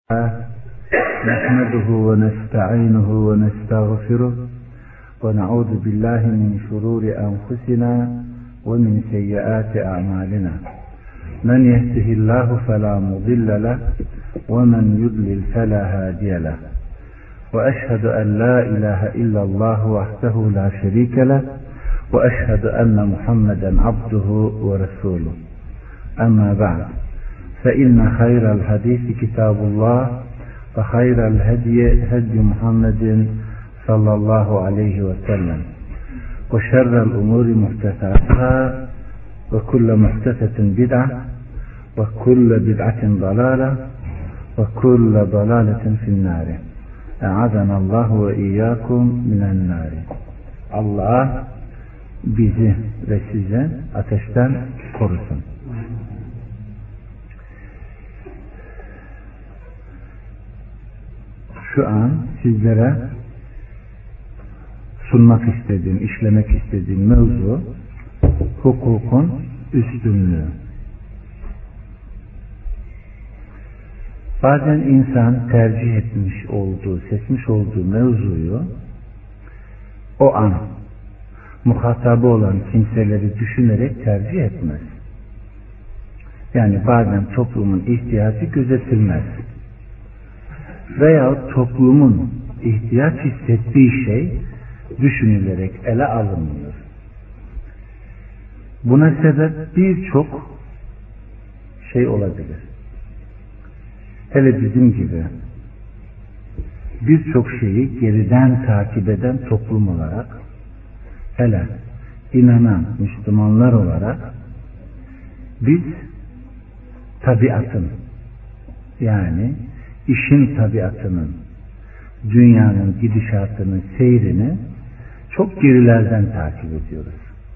نحمده ونستعينه ونستغفره ونعوذ بالله من شرور أنفسنا ومن سيئات أعمالنا من يهده الله فلا مضل له ومن يضلل فلا هادي له وأشهد أن لا إله إلا الله وحده لا شريك له وأشهد أن محمدا عبده ورسوله أما بعد فإن خير الحديث كتاب الله وخير الهدي هدي محمد صلى الله عليه وسلم وشر الأمور محدثاتها وكل محدثة بدعة وكل بدعة ضلالة وكل ضلالة في النار أعاذنا الله وإياكم من النار. Allah bizi ve sizi ateşten korusun. Şu an sizlere sunmak istediğim, işlemek istediğim mevzu hukukun üstünlüğü. Bazen insan tercih etmiş olduğu, seçmiş olduğu mevzuyu o an muhatabı olan kimseleri düşünerek tercih etmez. Yani bazen toplumun ihtiyacı gözetilmez. Veya toplumun ihtiyaç hissettiği şey düşünülerek ele alınmıyor. Buna sebep birçok şey olabilir. Hele bizim gibi birçok şeyi geriden takip eden toplum olarak, hele inanan Müslümanlar olarak biz tabiatın, yani işin tabiatının, dünyanın gidişatının seyrini çok gerilerden takip ediyoruz.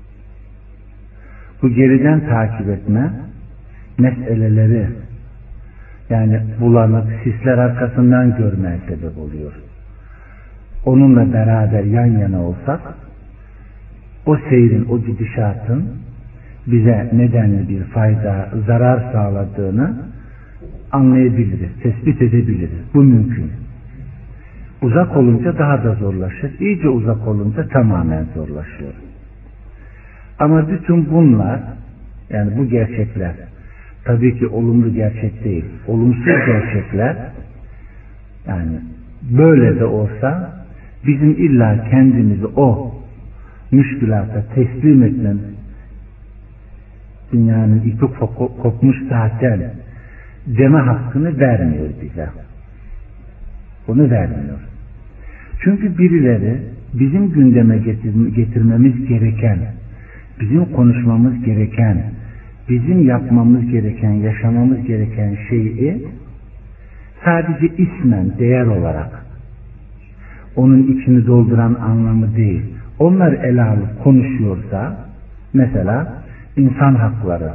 Bu geriden takip etme meseleleri, yani bulanık sisler arkasından görmeye sebep oluyor. Onunla beraber yan yana olsak, o seyrin, o gidişatın bize nedenli bir fayda, zarar sağladığını anlayabiliriz, tespit edebiliriz. Bu mümkün. Uzak olunca daha da zorlaşır. İyice uzak olunca tamamen zorlaşıyor. Ama bütün bunlar, yani bu gerçekler, tabii ki olumlu gerçek değil, olumsuz gerçekler, yani böyle de olsa bizim illa kendimizi o müşkülata teslim etmemiz, dünyanın ipi kopmuş zaten deme hakkını vermiyor bize. Bunu vermiyor. Çünkü birileri bizim gündeme getirmemiz gereken, bizim konuşmamız gereken, bizim yapmamız gereken, yaşamamız gereken şeyi sadece ismen, değer olarak, onun içini dolduran anlamı değil, onlar ele alıp konuşuyorsa, mesela insan hakları,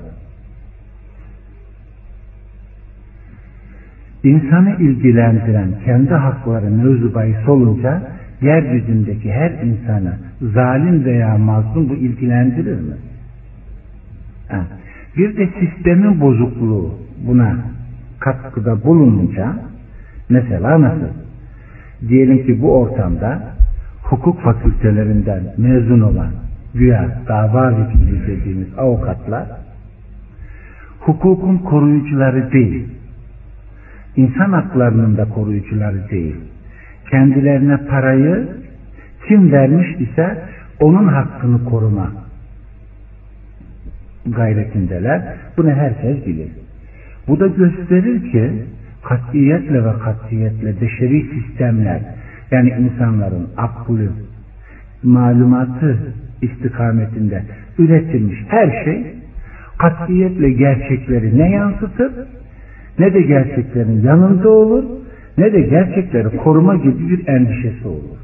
İnsanı ilgilendiren kendi hakları mevzu bahis olunca yeryüzündeki her insanı zalim veya mazlum bu ilgilendirir mi? Bir de sistemin bozukluğu buna katkıda bulununca, mesela nasıl? Diyelim ki bu ortamda hukuk fakültelerinden mezun olan güya dava vekili dediğimiz avukatlar hukukun koruyucuları değil, İnsan haklarının da koruyucuları değil. Kendilerine parayı kim vermiş ise onun hakkını koruma gayretindeler. Bunu herkes bilir. Bu da gösterir ki katiyetle beşeri sistemler, yani insanların aklı, malumatı istikametinde üretilmiş her şey katiyetle gerçekleri ne yansıtır, ne de gerçeklerin yanında olur, ne de gerçekleri koruma gibi bir endişesi olur.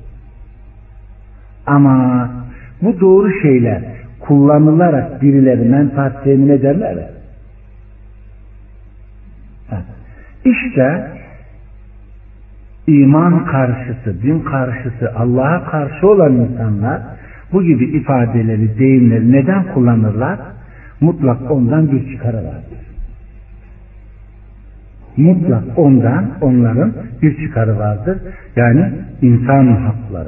Ama bu doğru şeyler kullanılarak birileri menfaat temin ederler. İşte iman karşıtı, din karşıtı, Allah'a karşı olan insanlar bu gibi ifadeleri, deyimleri neden kullanırlar? Mutlak ondan bir çıkarı vardır. Mutlak onların bir çıkarı vardır. Yani insan hakları.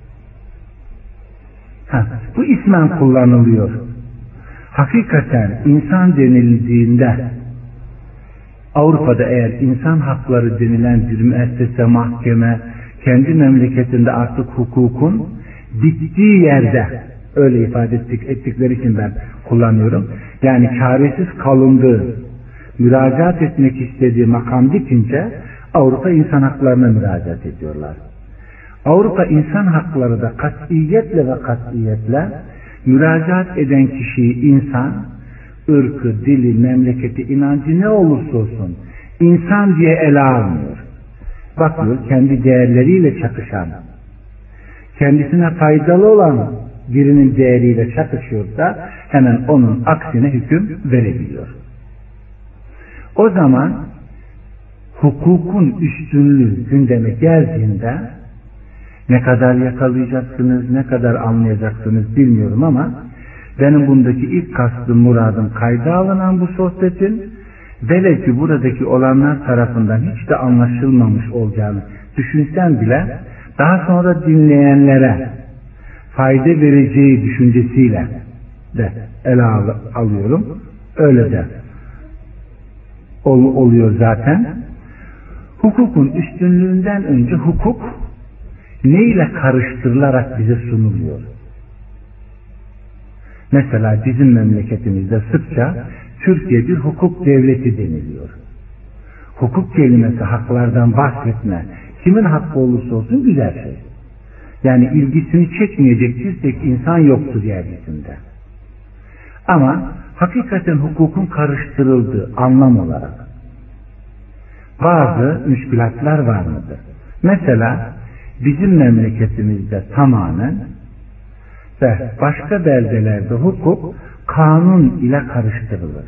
Bu ismen kullanılıyor. Hakikaten insan denildiğinde Avrupa'da eğer insan hakları denilen bir müessese, mahkeme kendi memleketinde artık hukukun bittiği yerde, öyle ifade ettikleri için ben kullanıyorum. Yani çaresiz kalındığı, müracaat etmek istediği makam bitince Avrupa insan haklarına müracaat ediyorlar. Avrupa insan hakları da katiyetle müracaat eden kişiyi insan, ırkı, dili, memleketi, inancı ne olursa olsun insan diye ele almıyor. Bakıyor, kendi değerleriyle çakışan, kendisine faydalı olan birinin değeriyle çakışıyorsa hemen onun aksine hüküm verebiliyor. O zaman hukukun üstünlüğü gündeme geldiğinde ne kadar yakalayacaksınız, ne kadar anlayacaksınız bilmiyorum ama benim bundaki ilk kastım, muradım kayda alınan bu sohbetin velev ki buradaki olanlar tarafından hiç de anlaşılmamış olacağını düşünsem bile daha sonra dinleyenlere fayda vereceği düşüncesiyle de ele alıyorum. Öyle de oluyor zaten. Hukukun üstünlüğünden önce hukuk ne ile karıştırılarak bize sunuluyor? Mesela bizim memleketimizde sıkça Türkiye bir hukuk devleti deniliyor. Hukuk kelimesi haklardan bahsetme, kimin hakkı olursa olsun güzel şey. Yani ilgisini çekmeyecek bir tek insan yoktur yeryüzünde. Ama hakikaten hukukun karıştırıldığı anlam olarak bazı müşkülatlar var mıdır? Mesela bizim memleketimizde tamamen ve başka beldelerde hukuk kanun ile karıştırılır.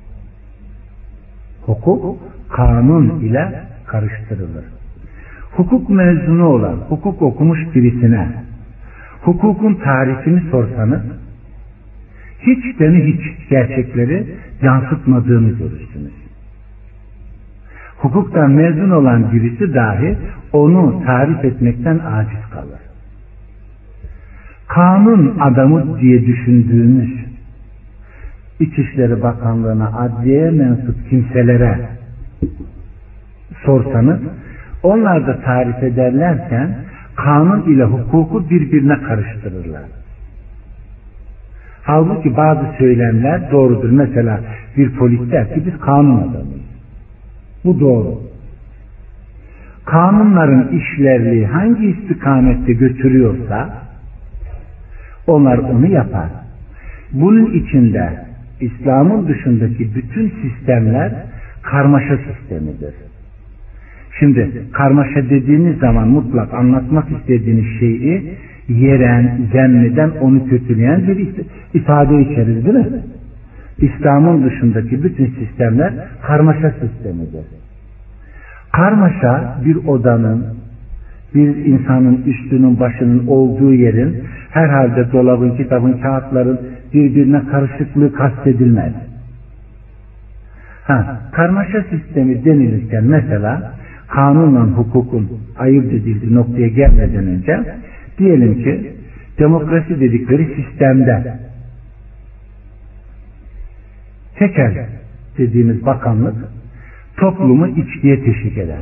Hukuk kanun ile karıştırılır. Hukuk mezunu olan, hukuk okumuş birisine hukukun tarifini sorsanız hiç gerçekleri yansıtmadığını görürsünüz. Hukuktan mezun olan birisi dahi onu tarif etmekten aciz kalır. Kanun adamı diye düşündüğümüz İçişleri Bakanlığı'na, adliyeye mensup kimselere sorsanız onlar da tarif ederlerken kanun ile hukuku birbirine karıştırırlar. Halbuki bazı söylemler doğrudur. Mesela bir polis der ki biz kanun adamıyız. Bu doğru. Kanunların işlerliği hangi istikamette götürüyorsa onlar onu yapar. Bunun içinde İslam'ın dışındaki bütün sistemler karmaşa sistemidir. Şimdi karmaşa dediğiniz zaman mutlak anlatmak istediğiniz şeyi yeren, zemmeden, onu kötüleyen bir ifade içerir değil mi? İslam'ın dışındaki bütün sistemler karmaşa sistemidir. Karmaşa bir odanın, bir insanın üstünün başının olduğu yerin herhalde dolabın, kitabın, kağıtların birbirine karışıklığı kastedilmez. Karmaşa sistemi denilirken mesela kanunla hukukun ayırt edildiği noktaya gelmeden önce diyelim ki demokrasi dedikleri sistemde tekel dediğimiz bakanlık toplumu içkiye teşvik eder.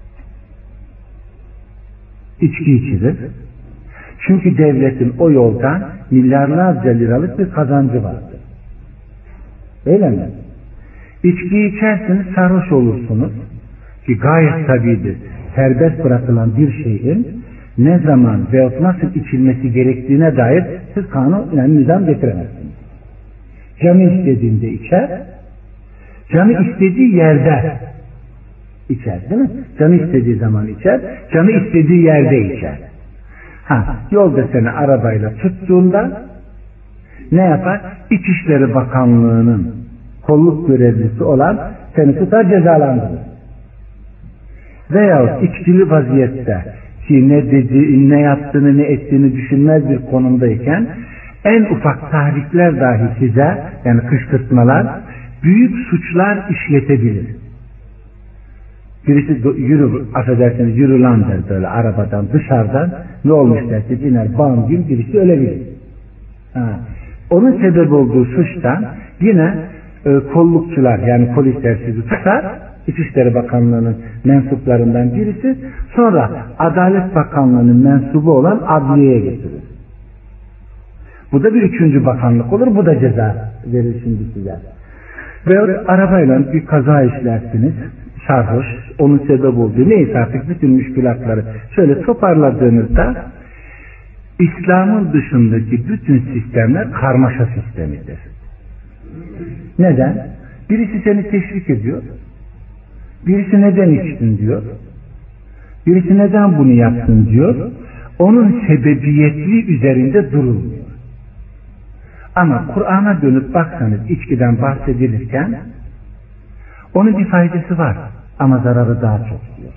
İçki içilir. Çünkü devletin o yoldan milyarlarca liralık bir kazancı vardır. Öyle mi? İçkiyi içerseniz sarhoş olursunuz ki gayet tabidir. Serbest bırakılan bir şeyin ne zaman ve nasıl içilmesi gerektiğine dair siz kanun yani nizam getiremezsiniz. Canı istediğinde içer, canı istediği yerde içer değil mi? Canı istediği zaman içer, canı istediği yerde içer. Yolda seni arabayla tuttuğunda ne yapar? İçişleri Bakanlığı'nın kolluk görevlisi olan seni tutar, cezalandırır. Veyahut içkili vaziyette ki ne dediğini, ne yaptığını, ne ettiğini düşünmez bir konumdayken en ufak tahrikler dahi size, yani kışkırtmalar, büyük suçlar işletebilir. Birisi yürü, affedersiniz, yürü lan der böyle arabadan, dışarıdan, ne olmuş derse biner, bam gün birisi ölebilir. Onun sebep olduğu suçtan yine kollukçular, yani polisler sizi tutar, İçişleri Bakanlığı'nın mensuplarından birisi, sonra Adalet Bakanlığı'nın mensubu olan adliyeye getirir. Bu da bir 3. bakanlık olur, bu da ceza verir şimdi size. Ve arabayla bir kaza işlersiniz, sarhoş, onun sebep olduğu neyse artık bütün müşkülatları şöyle toparladığınızda, İslam'ın dışındaki bütün sistemler karmaşa sistemidir. Neden? Birisi seni teşvik ediyor, birisi neden içtin diyor, birisi neden bunu yaptın diyor, onun sebebiyetli üzerinde durulmuyor. Ama Kur'an'a dönüp baksanız içkiden bahsedilirken onun bir faydası var ama zararı daha çok diyor.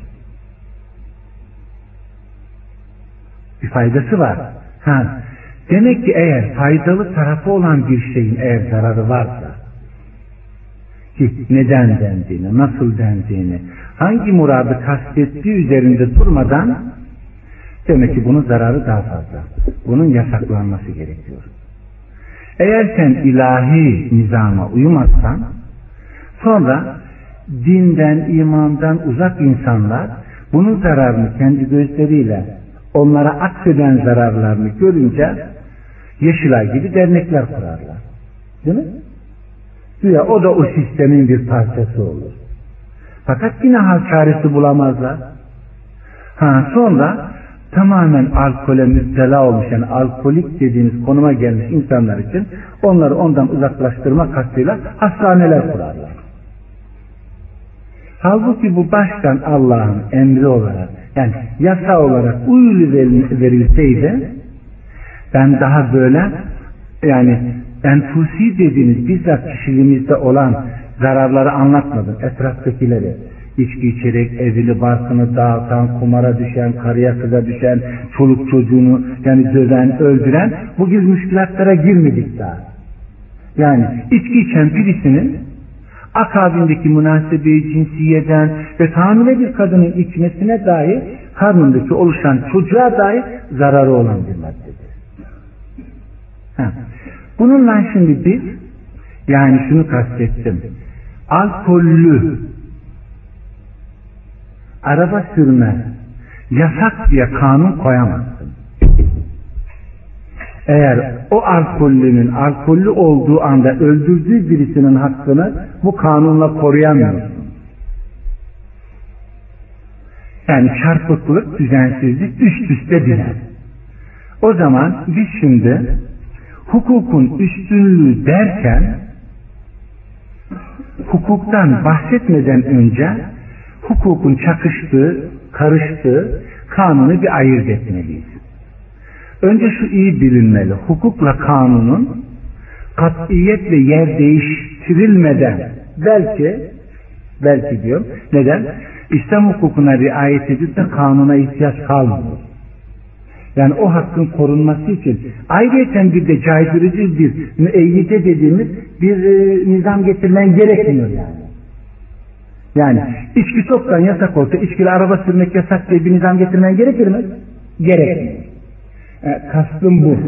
Bir faydası var. Demek ki eğer faydalı tarafı olan bir şeyin eğer zararı varsa, ki neden dendiğini, nasıl dendiğini, hangi muradı kastettiği üzerinde durmadan, demek ki bunun zararı daha fazla. Bunun yasaklanması gerekiyor. Eğer sen ilahi nizama uymazsan, sonra dinden, imandan uzak insanlar bunun zararını kendi gözleriyle onlara atfeden zararlarını görünce Yeşilay gibi dernekler kurarlar. Değil mi? Güya o da o sistemin bir parçası olur. Fakat yine hal çaresi bulamazlar. Sonra tamamen alkole müptela olmuş, yani alkolik dediğimiz konuma gelmiş insanlar için onları ondan uzaklaştırma kastıyla hastaneler kurarlar. Halbuki bu baştan Allah'ın emri olarak, yani yasa olarak uyulu verilseydi, ben daha böyle, yani enfusi dediğiniz bizzat kişiliğimizde olan zararları anlatmadım. Etraftakileri, içki içerek evini barkını dağıtan, kumara düşen, karıya kıza düşen, çoluk çocuğunu yani döven, öldüren, bu gibi müşkilatlara girmedik daha. Yani içki içen birisinin akabindeki münasebeyi cinsiyeden ve hamile bir kadının içmesine dair karnındaki oluşan çocuğa dair zararı olan bir maddedir. Bununla şimdi biz, yani şunu kastettim, alkollü araba sürme yasak diye kanun koyamazsın. Eğer o alkollünün alkollü olduğu anda öldürdüğü birisinin hakkını bu kanunla koruyamıyorsun. Yani çarpıklık, düzensizlik üst üste biner. O zaman biz şimdi hukukun üstünlüğü derken hukuktan bahsetmeden önce hukukun çakıştığı, karıştığı kanunu bir ayırt etmeliyiz. Önce şu iyi bilinmeli. Hukukla kanunun katiyetle yer değiştirilmeden belki diyorum. Neden? İslam hukukuna riayet edip de kanuna ihtiyaç kalmıyor. Yani o hakkın korunması için ayrıca bir de caydırıcı bir müeyyide dediğimiz bir nizam getirmen gerekmiyor yani. Yani içki çoktan yasak olsa içkili araba sürmek yasak diye bir nizam getirmen gerekir mi? Gerekmiyor. Kastım bu.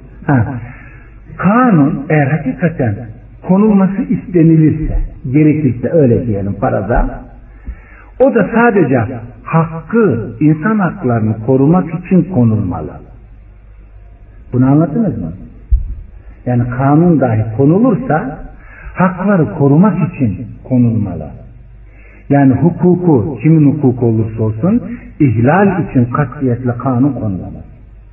Kanun eğer hakikaten konulması istenilirse, gerekirse öyle diyelim parada, o da sadece hakkı, insan haklarını korumak için konulmalı. Bunu anladınız mı? Yani kanun dahi konulursa hakları korumak için konulmalı. Yani hukuku, kimin hukuku olursa olsun ihlal için katiyetle kanun konulamaz.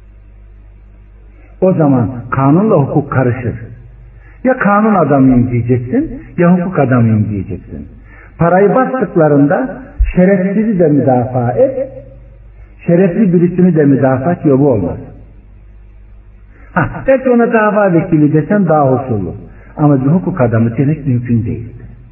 O zaman kanunla hukuk karışır. Ya kanun adamıyım diyeceksin, ya hukuk adamıyım diyeceksin. Parayı bastıklarında şerefsizi de müdafaa et, şerefli birisini de müdafaa et, yok bu olmaz. Belki ona dava vekili desen daha hoş olur. Ama bir hukuk adamı demek mümkün değil.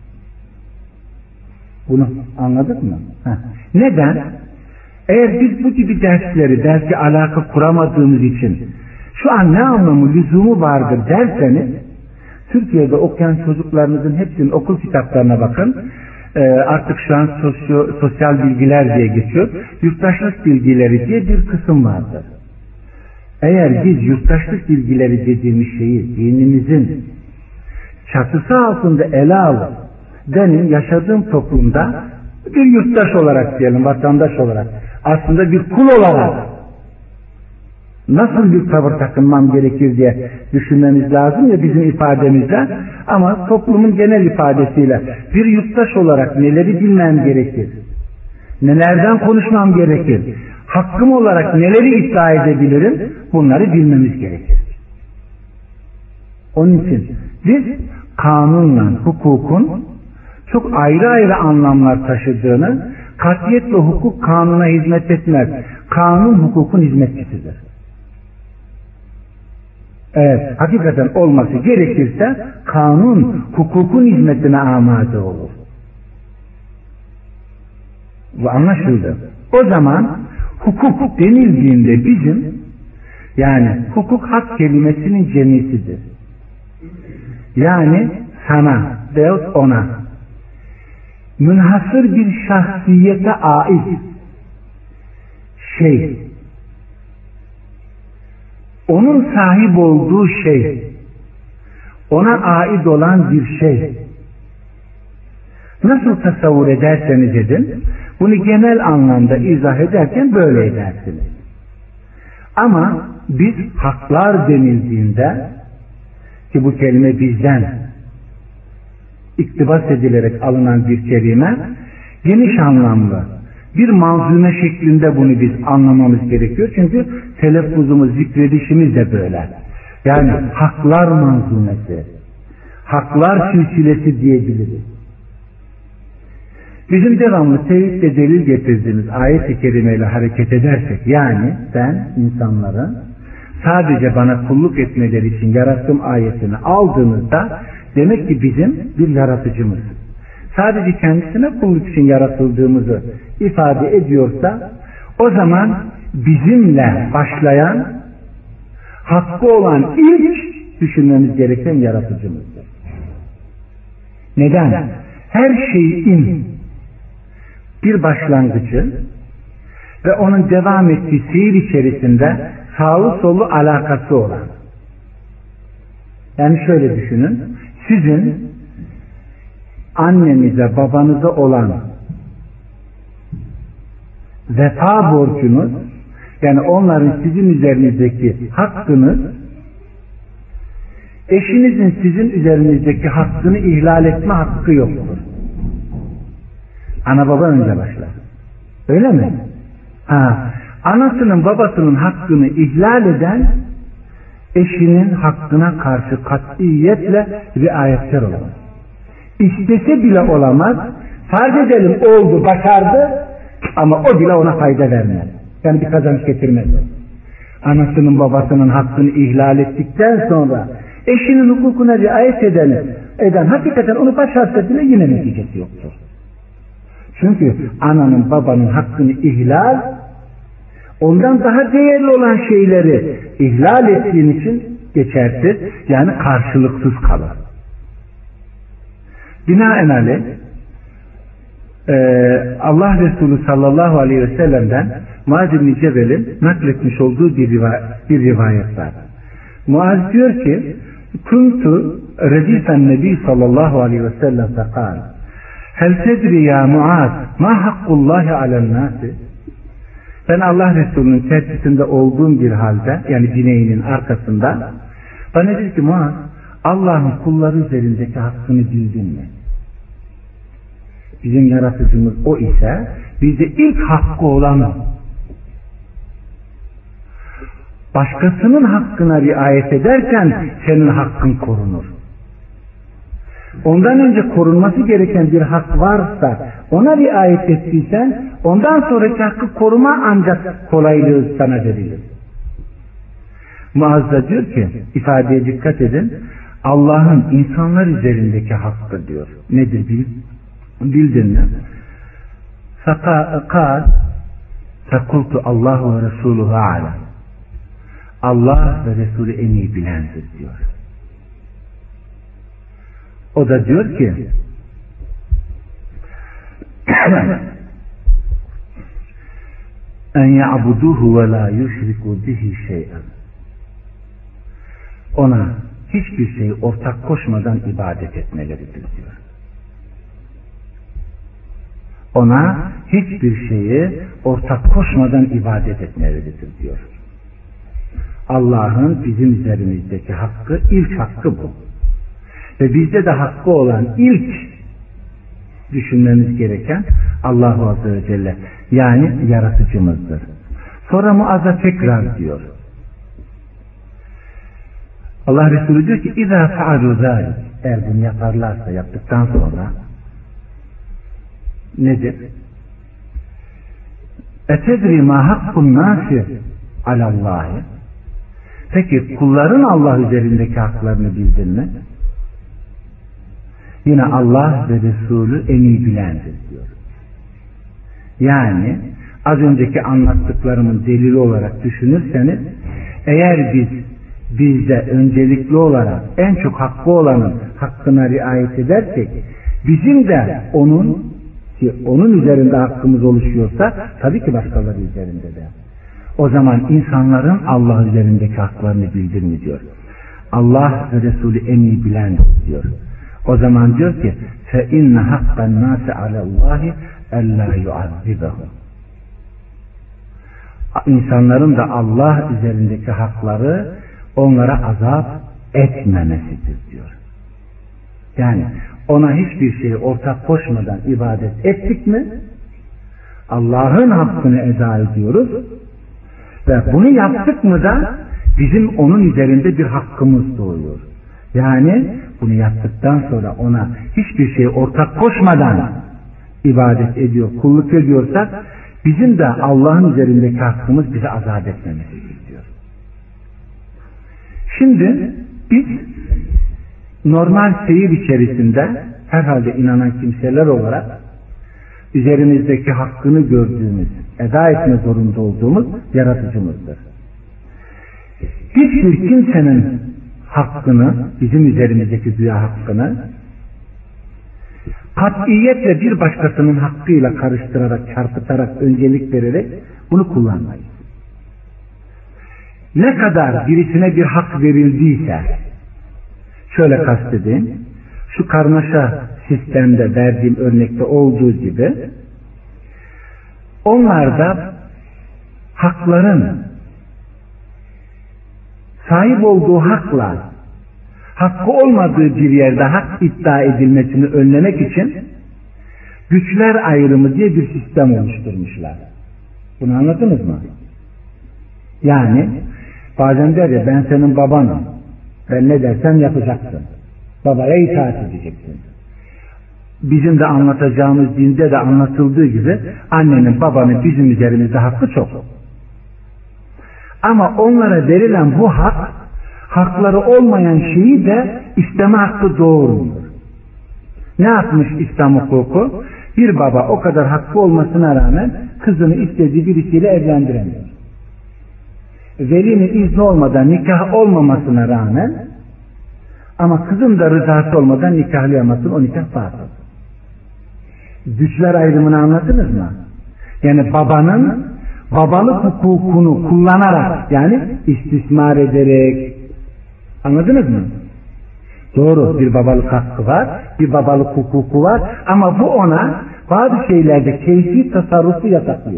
Bunu anladık mı? Neden? Eğer biz bu gibi dersleri belki alaka kuramadığımız için şu an ne anlamı, lüzumu vardır derseniz, Türkiye'de okuyan çocuklarınızın hepsinin okul kitaplarına bakın. artık şu an sosyal bilgiler diye geçiyor. Yurttaşlık bilgileri diye bir kısım vardır. Eğer biz yurttaşlık bilgileri dediğimiz şeyi dinimizin çatısı altında ele alıp benim yaşadığım toplumda bir yurttaş olarak diyelim, vatandaş olarak, aslında bir kul olarak nasıl bir tavır takınmam gerekir diye düşünmemiz lazım ya bizim ifademizde, ama toplumun genel ifadesiyle bir yurttaş olarak neleri bilmem gerekir, nelerden konuşmam gerekir, hakkım olarak neleri iddia edebilirim, bunları bilmemiz gerekir. Onun için biz kanunla hukukun çok ayrı ayrı anlamlar taşıdığını, katiyetle hukuk kanuna hizmet etmez, kanun hukukun hizmetçisidir. Evet, hakikaten olması gerekirse kanun hukukun hizmetine amade olur. Bu anlaşıldı. O zaman hukuk denildiğinde bizim, yani hukuk hak kelimesinin cemisidir. Yani sana veyahut ona münhasır bir şahsiyete ait şey, onun sahip olduğu şey, ona ait olan bir şey. Nasıl tasavvur ederseniz edin, bunu genel anlamda izah ederken böyle edersiniz. Ama biz haklar denildiğinde, ki bu kelime bizden iktibas edilerek alınan bir kelime, geniş anlamlı bir manzume şeklinde bunu biz anlamamız gerekiyor. Çünkü telaffuzumuz, zikredişimiz de böyle. Yani haklar manzumesi, haklar silsilesi diyebiliriz. Bizim devamlı tevhidle delil getirdiğimiz ayet-i kerimeyle hareket edersek, yani ben insanları sadece bana kulluk etmeleri için yarattığım ayetini aldığınızda, demek ki bizim bir yaratıcımız sadece kendisine kulluk için yaratıldığımızı ifade ediyorsa, o zaman bizimle başlayan, hakkı olan ilk düşünmemiz gereken yaratıcımızdır. Neden? Her şeyin bir başlangıcı ve onun devam ettiği seyir içerisinde sağlı solu alakası olan. Yani şöyle düşünün, sizin annenize, babanıza olan vefa borcunuz, yani onların sizin üzerinizdeki hakkınız, eşinizin sizin üzerinizdeki hakkını ihlal etme hakkı yoktur. Ana baba önce başlar. Öyle mi? Anasının babasının hakkını ihlal eden, eşinin hakkına karşı katiyetle riayetkar olamaz. İstese bile olamaz. Farz edelim oldu, başardı, ama o bile ona fayda vermez. Yani bir kazanç getirmez. Anasının babasının hakkını ihlal ettikten sonra eşinin hukukuna riayet eden hakikaten onu başarsa bile yine neticesi yoktur. Çünkü ananın babanın hakkını ihlal, ondan daha değerli olan şeyleri ihlal ettiğin için geçersiz, yani karşılıksız kalır. Binaenaleyh Allah Resulü sallallahu aleyhi ve sellem'den Muaz bin Cebel'in nakletmiş olduğu bir rivayet var. Muaz diyor ki, kuntu redifen nebi sallallahu aleyhi ve sellem fekal, hel tedri ya Muaz ma hakkullahi alen nasi. Ben Allah Resulü'nün tertisinde olduğum bir halde, yani bineğinin arkasında, bana dedi ki, Muaz, Allah'ın kulları üzerindeki hakkını bildin mi? Bizim yaratıcımız o ise bizde ilk hakkı olan o. Başkasının hakkına riayet ederken senin hakkın korunur. Ondan önce korunması gereken bir hak varsa ona riayet ettiysen, ondan sonraki hakkı koruma ancak kolaylığı sana verilir. Muaz da diyor ki, ifadeye dikkat edin, Allah'ın insanlar üzerindeki hakkı diyor. Nedir bildin mi? Fakal fekultu Allahu ve Resuluhu alem. Allah ve Resulü en iyi bilendir diyor. O da diyor ki, en ya'buduhu ve la yushriku bihi şey'en. Ona hiçbir şey ortak koşmadan ibadet etmeleridir diyor. Ona hiçbir şeyi ortak koşmadan ibadet etmeleridir diyor. Allah'ın bizim üzerimizdeki hakkı, ilk hakkı bu. Ve bizde de hakkı olan ilk düşünmemiz gereken Allah Azze ve Celle, yani yaratıcımızdır. Sonra Muaz'a tekrar diyor. Allah Resulü diyor ki İzâ fe'alû zâlik, eğer bunu yaparlarsa, yaptıktan sonra nedir? Etedri mâ hakkun nâsi alallâhi. Peki kulların Allah üzerindeki haklarını bildin mi? Yine Allah ve Resulü en iyi bilendir diyor. Yani az önceki anlattıklarımın delili olarak düşünürseniz, eğer bizde öncelikli olarak en çok hakkı olanın hakkına riayet edersek, bizim de onun üzerinde hakkımız oluşuyorsa tabii ki başkaları üzerinde de. O zaman insanların Allah üzerindeki haklarını bildir mi diyor. Allah ve Resulü en iyi bilendir diyor. O zaman diyor ki فَاِنَّ حَقَّ النَّاسِ عَلَى اللّٰهِ اَلَّا يُعَذِّبَهُمْ. İnsanların da Allah üzerindeki hakları onlara azap etmemesidir diyor. Yani ona hiçbir şeyi ortak koşmadan ibadet ettik mi, Allah'ın hakkını eda ediyoruz ve bunu yaptık mı da bizim onun üzerinde bir hakkımız doğuyor. Yani bunu yaptıktan sonra ona hiçbir şeyi ortak koşmadan ibadet ediyor, kulluk ediyorsak, bizim de Allah'ın üzerindeki hakkımız bize azap etmemesidir diyor. Şimdi biz normal seyir içerisinde herhalde inanan kimseler olarak üzerimizdeki hakkını gördüğümüz, eda etme zorunda olduğumuz yaratıcımızdır. Hiçbir kimsenin hakkını, bizim üzerimizdeki güya hakkını katiyetle bir başkasının hakkıyla karıştırarak, çarpıtarak, öncelik vererek bunu kullanmayız. Ne kadar birisine bir hak verildiyse, şöyle kastedeyim, şu karmaşa sistemde verdiğim örnekte olduğu gibi, onlarda hakların sahip olduğu hakla hakkı olmadığı bir yerde hak iddia edilmesini önlemek için güçler ayrımı diye bir sistem oluşturmuşlar. Bunu anladınız mı? Yani bazen der ya, ben senin babanım, ben ne dersem yapacaksın, babaya itaat edeceksin. Bizim de anlatacağımız dinde de anlatıldığı gibi annenin babanın bizim üzerimizde hakkı çok. Ama onlara verilen bu hak, hakları olmayan şeyi de isteme hakkı doğurmuyor. Ne yapmış İslam hukuku? Bir baba o kadar hakkı olmasına rağmen kızını istediği birisiyle evlendiremiyor. Velinin izni olmadan nikah olmamasına rağmen, ama kızın da rızası olmadan nikahlayamazsın, o nikah batıl. Güçler ayrımını anladınız mı? Yani babanın babalık hukukunu kullanarak, yani istismar ederek, anladınız mı? Doğru, bir babalık hakkı var, bir babalık hukuku var, ama bu ona bazı şeylerde keyfi tasarrufu yasaklıyor.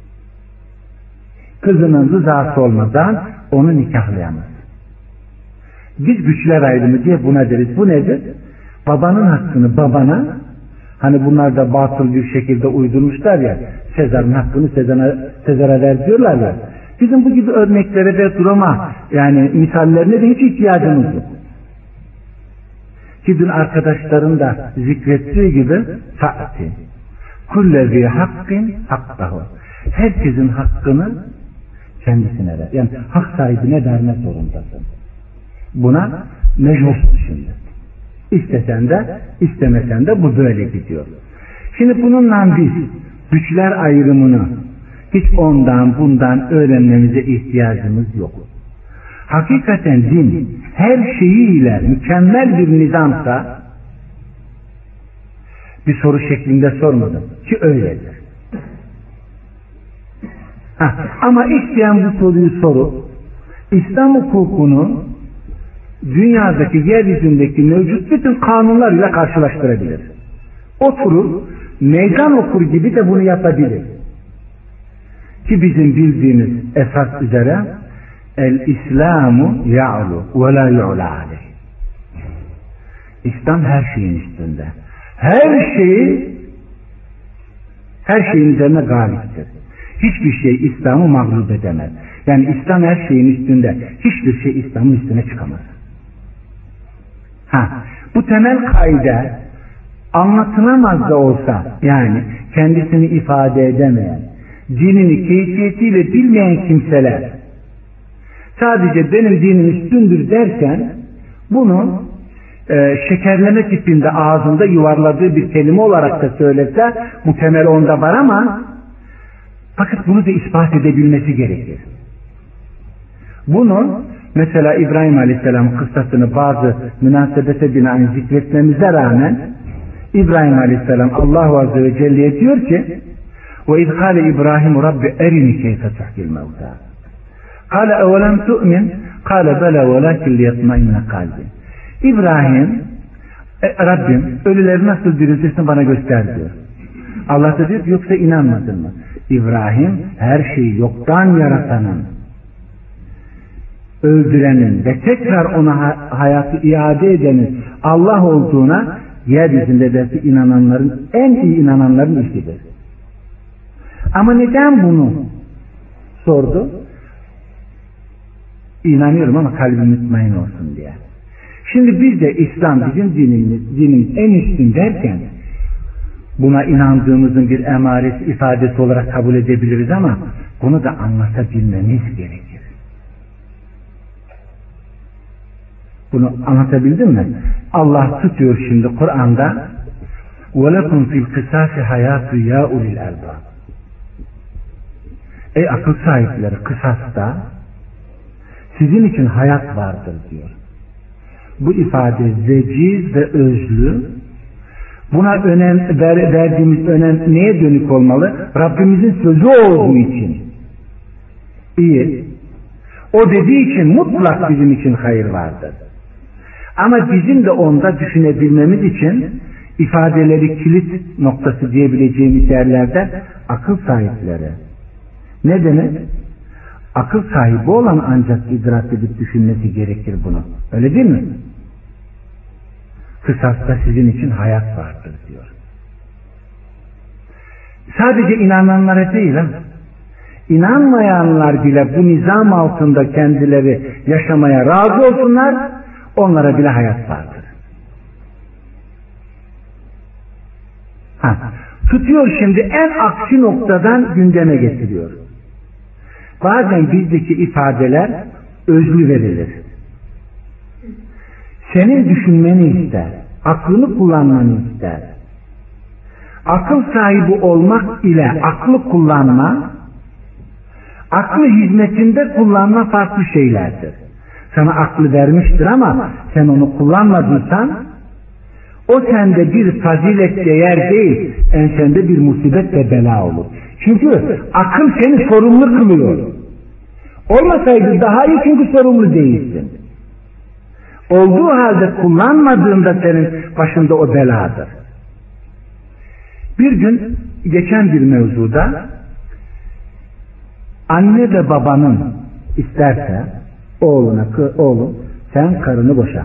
Kızının rızası olmadan onu nikahlayamaz. Biz güçler ayrımı diye buna deriz. Bu nedir? Babanın hakkını babana, hani bunlar da batıl bir şekilde uydurmuşlar ya, Sezar'ın hakkını Sezar'a ver diyorlar ya. Bizim bu gibi örneklere ve duruma, yani misallerine de hiç ihtiyacımız yok. Ki dün arkadaşların da zikrettiği gibi fa'ti kullezi hakkin hakkahu, herkesin hakkını kendisine ver. Yani hak sahibine verme zorundasın. Buna mecbursun şimdi. İstesen de istemesen de bu böyle gidiyor. Şimdi bununla biz güçler ayrımını hiç ondan bundan öğrenmemize ihtiyacımız yok. Hakikaten din her şeyiyle mükemmel bir nizamsa Bir soru şeklinde sormadım ki öyledir. Ama isteyen bu soruyu sorup İslam hukukunu dünyadaki, yeryüzündeki mevcut bütün kanunlarıyla karşılaştırabilir. Oturur, meydan okur gibi de bunu yapabilir. Ki bizim bildiğimiz esas üzere el-İslamu ya'lu ve la yu'la aleyh. İslam her şeyin üstünde. Her şeyin üzerine galiptir. Hiçbir şey İslam'ı mağlup edemez. Yani İslam her şeyin üstünde. Hiçbir şey İslam'ın üstüne çıkamaz. Bu temel kaide anlatılamaz da olsa, yani kendisini ifade edemeyen, dinini keyfiyetiyle bilmeyen kimseler sadece benim dinim üstündür derken bunu şekerleme tipinde ağzında yuvarladığı bir kelime olarak da söylese bu temel onda var ama fakat bunu da ispat edebilmesi gerekir. Bunu mesela İbrahim Aleyhisselam kıssasını bazı münasebete binaen zikretmemize rağmen İbrahim Aleyhisselam Allah Azze ve Celle'ye diyor ki ve izhale İbrahim Rabbi erini keyfe tuhkil mevta kâle evelem tu'min kâle bela velâkin liyatmainne kalbi. İbrahim Rabbim ölüleri nasıl diriltirsin bana göster diyor. Allah da diyor yoksa inanmadın mı? İbrahim her şeyi yoktan yaratanın, öldürenin ve tekrar ona hayatı iade edenin Allah olduğuna yeryüzünde dersi inananların, en iyi inananların işidir. Ama neden bunu sordu? İnanıyorum ama kalbim mutmain olsun diye. Şimdi biz de İslam bizim dinimiz en üstün derken buna inandığımızın bir emaresi, ifadesi olarak kabul edebiliriz ama bunu da anlatabilmemiz gerekir. Bunu anlatabildim mi? Allah tutuyor şimdi Kur'an'da وَلَكُمْ فِي الْقِسَاسِ حَيَاتُ يَا اُلِي الْاَلْبَابِ. Ey akıl sahipleri, kısasta sizin için hayat vardır diyor. Bu ifade veciz ve özlü. Buna verdiğimiz önem neye dönük olmalı? Rabbimizin sözü olduğu için. İyi. O dediği için mutlak bizim için hayır vardır. Ama bizim de onda düşünebilmemiz için ifadeleri kilit noktası diyebileceğimiz yerlerde akıl sahipleri. Ne demek? Akıl sahibi olan ancak idrak edip düşünmesi gerekir bunu. Öyle değil mi? Kısasta sizin için hayat vardır diyor. Sadece inananlara değil, inanmayanlar bile bu nizam altında kendileri yaşamaya razı olsunlar, onlara bile hayat vardır. Tutuyor şimdi en aksi noktadan gündeme getiriyor. Bazen bizdeki ifadeler özlü verilir. Senin düşünmeni ister, aklını kullanmanı ister. Akıl sahibi olmak ile aklı kullanma, aklı hizmetinde kullanma farklı şeylerdir. Sana aklı vermiştir ama sen onu kullanmadıysan o sende bir fazilet değer değil, sende bir musibet ve bela olur. Çünkü akıl seni sorumlu kılıyor. Olmasaydı daha iyi, çünkü sorumlu değilsin. Olduğu halde kullanmadığında senin başında o beladır. Bir gün geçen bir mevzuda anne ve babanın isterse oğlum sen karını boşa.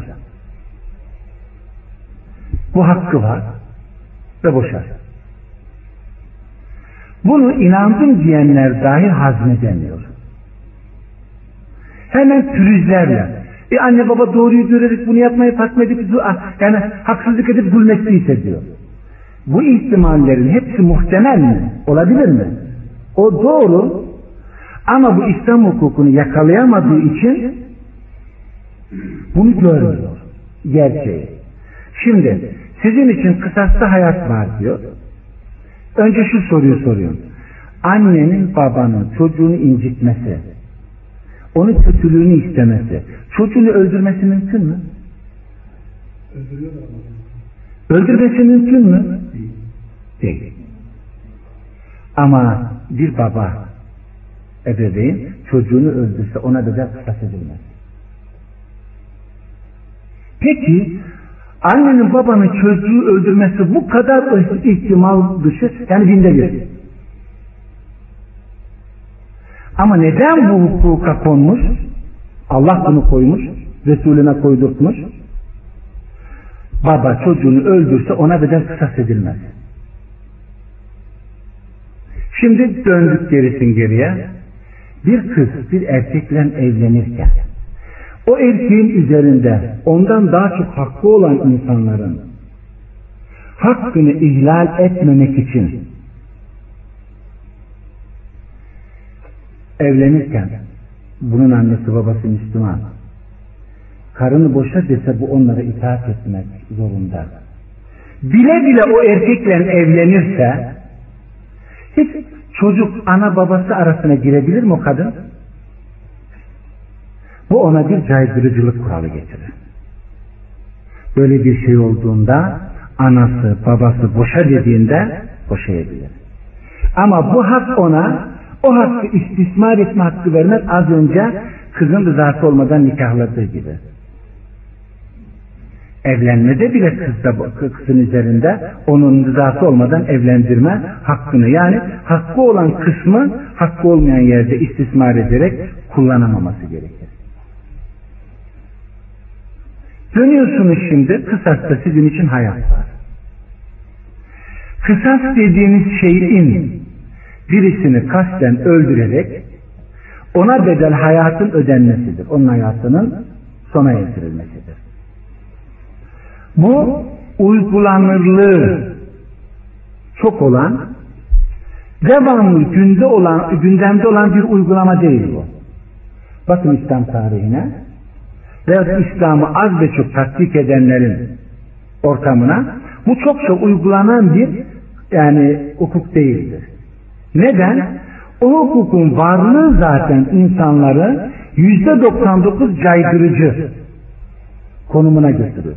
Bu hakkı var ve boşar. Bunu inandım diyenler dahi hazmedemiyor. Hemen pürüzlerle anne baba doğruyu görerek bunu yapmayı tatmedip yani haksızlık edip zulmettiği diyor. Bu ihtimallerin hepsi muhtemel mi? Olabilir mi? O doğru ama bu İslam hukukunu yakalayamadığı için bunu görmüyor. Gerçeği. Şimdi sizin için kısasta hayat var diyor. Önce şu soruyu soruyorum. Annenin babanın çocuğunu incitmesi, onun kötülüğünü istemesi, çocuğunu öldürmesi mümkün mü? Öldürmesi mümkün mü? Değil. Ama bir baba, ebeveyn çocuğunu öldürse ona bedel kısas edilmez. Peki annenin babanın çocuğu öldürmesi bu kadar ihtimal dışı, yani binde bir. Ama neden bu hukuka konmuş? Allah bunu koymuş, Resulüne koydurtmuş. Baba çocuğunu öldürse ona bedel kısas edilmez. Şimdi döndük geriye. Bir kız bir erkekle evlenirken o erkeğin üzerinde ondan daha çok hakkı olan insanların hakkını ihlal etmemek için evlenirken, bunun annesi babası Müslüman, karını boşa dese bu onlara itaat etmek zorunda. Bile bile o erkekle evlenirse hiç çocuk ana babası arasına girebilir mi o kadın? Bu ona bir caydırıcılık kuralı getirir. Böyle bir şey olduğunda anası babası boşa dediğinde boşayabilir. Ama bu hak ona, o hakkı istismar etme hakkı vermez, az önce kızın rızası olmadan nikahladığı gibi. Evlenmede bile kızın üzerinde onun rızası olmadan evlendirme hakkını, yani hakkı olan kısmı hakkı olmayan yerde istismar ederek kullanamaması gerekir. Dönüyorsunuz şimdi, kısasta sizin için hayat var. Kısas dediğiniz şeyin birisini kasten öldürerek ona bedel hayatın ödenmesidir. Onun hayatının sona erdirilmesidir. Bu uygulanırlığı çok olan, devamlı gündemde olan bir uygulama değil bu. Bakın İslam tarihine veya İslam'ı az ve çok tatbik edenlerin ortamına bu çokça uygulanan bir hukuk değildir. Neden? O hukukun varlığı zaten insanları %99 caydırıcı konumuna götürür.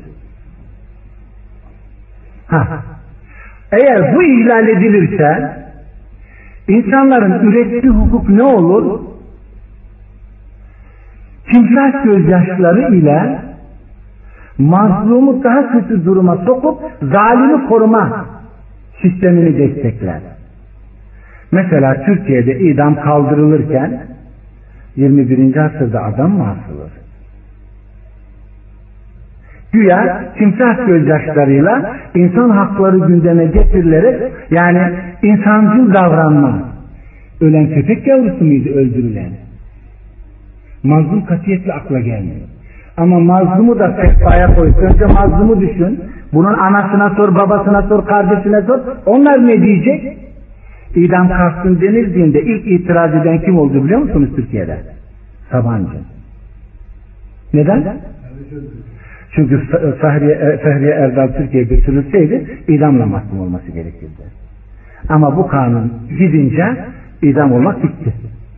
Eğer bu ihlal edilirse insanların ürettiği hukuk ne olur? Timsah gözyaşları ile mazlumu daha kötü duruma sokup zalimi koruma sistemini destekler. Mesela Türkiye'de idam kaldırılırken 21. asırda adam mı asılır? Güya timsah gözyaşlarıyla insan hakları gündeme getirilerek, yani insancıl davranma. Ölen köpek yavrusu muydu öldürülen? Mazlum katiyetle akla gelmiyor. Ama mazlumu da sehpaya koy. Önce mazlumu düşün. Bunun anasına sor, babasına sor, kardeşine sor. Onlar ne diyecek? İdam kalksın denildiğinde ilk itiraz eden kim oldu biliyor musunuz Türkiye'de? Sabancı. Neden? Çünkü Fahriye Erdal Türkiye'ye götürülseydi idamla mahkum olması gerekirdi. Ama bu kanun gidince idam olmak bitti.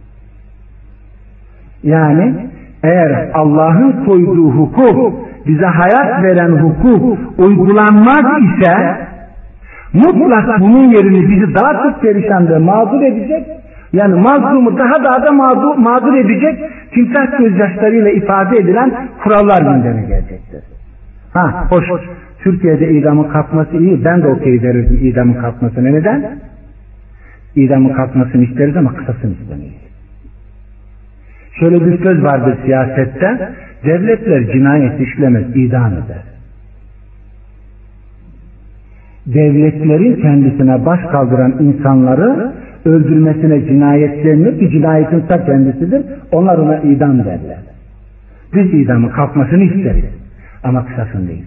Yani eğer Allah'ın koyduğu hukuk, bize hayat veren hukuk uygulanmaz ise mutlak bunun yerini bizi daha çok perişan ve mağdur edecek, yani mazlumu daha da mağdur edecek timsah gözyaşlarıyla ifade edilen kurallar gündeme gelecektir. Hoş, Türkiye'de idamın kalkması iyi, ben de okey verirdim idamın kalkmasına. Neden? İdamın kalkmasını isteriz ama kısasını istemeyiz. Şöyle bir söz vardır siyasette, devletler cinayet işlemez, idam eder. Devletlerin kendisine baş kaldıran insanları öldürmesine cinayet denmiyor ki cinayetin ta kendisidir. Onlar ona idam derler. Biz idamın kalkmasını isteriz ama kısasın değil.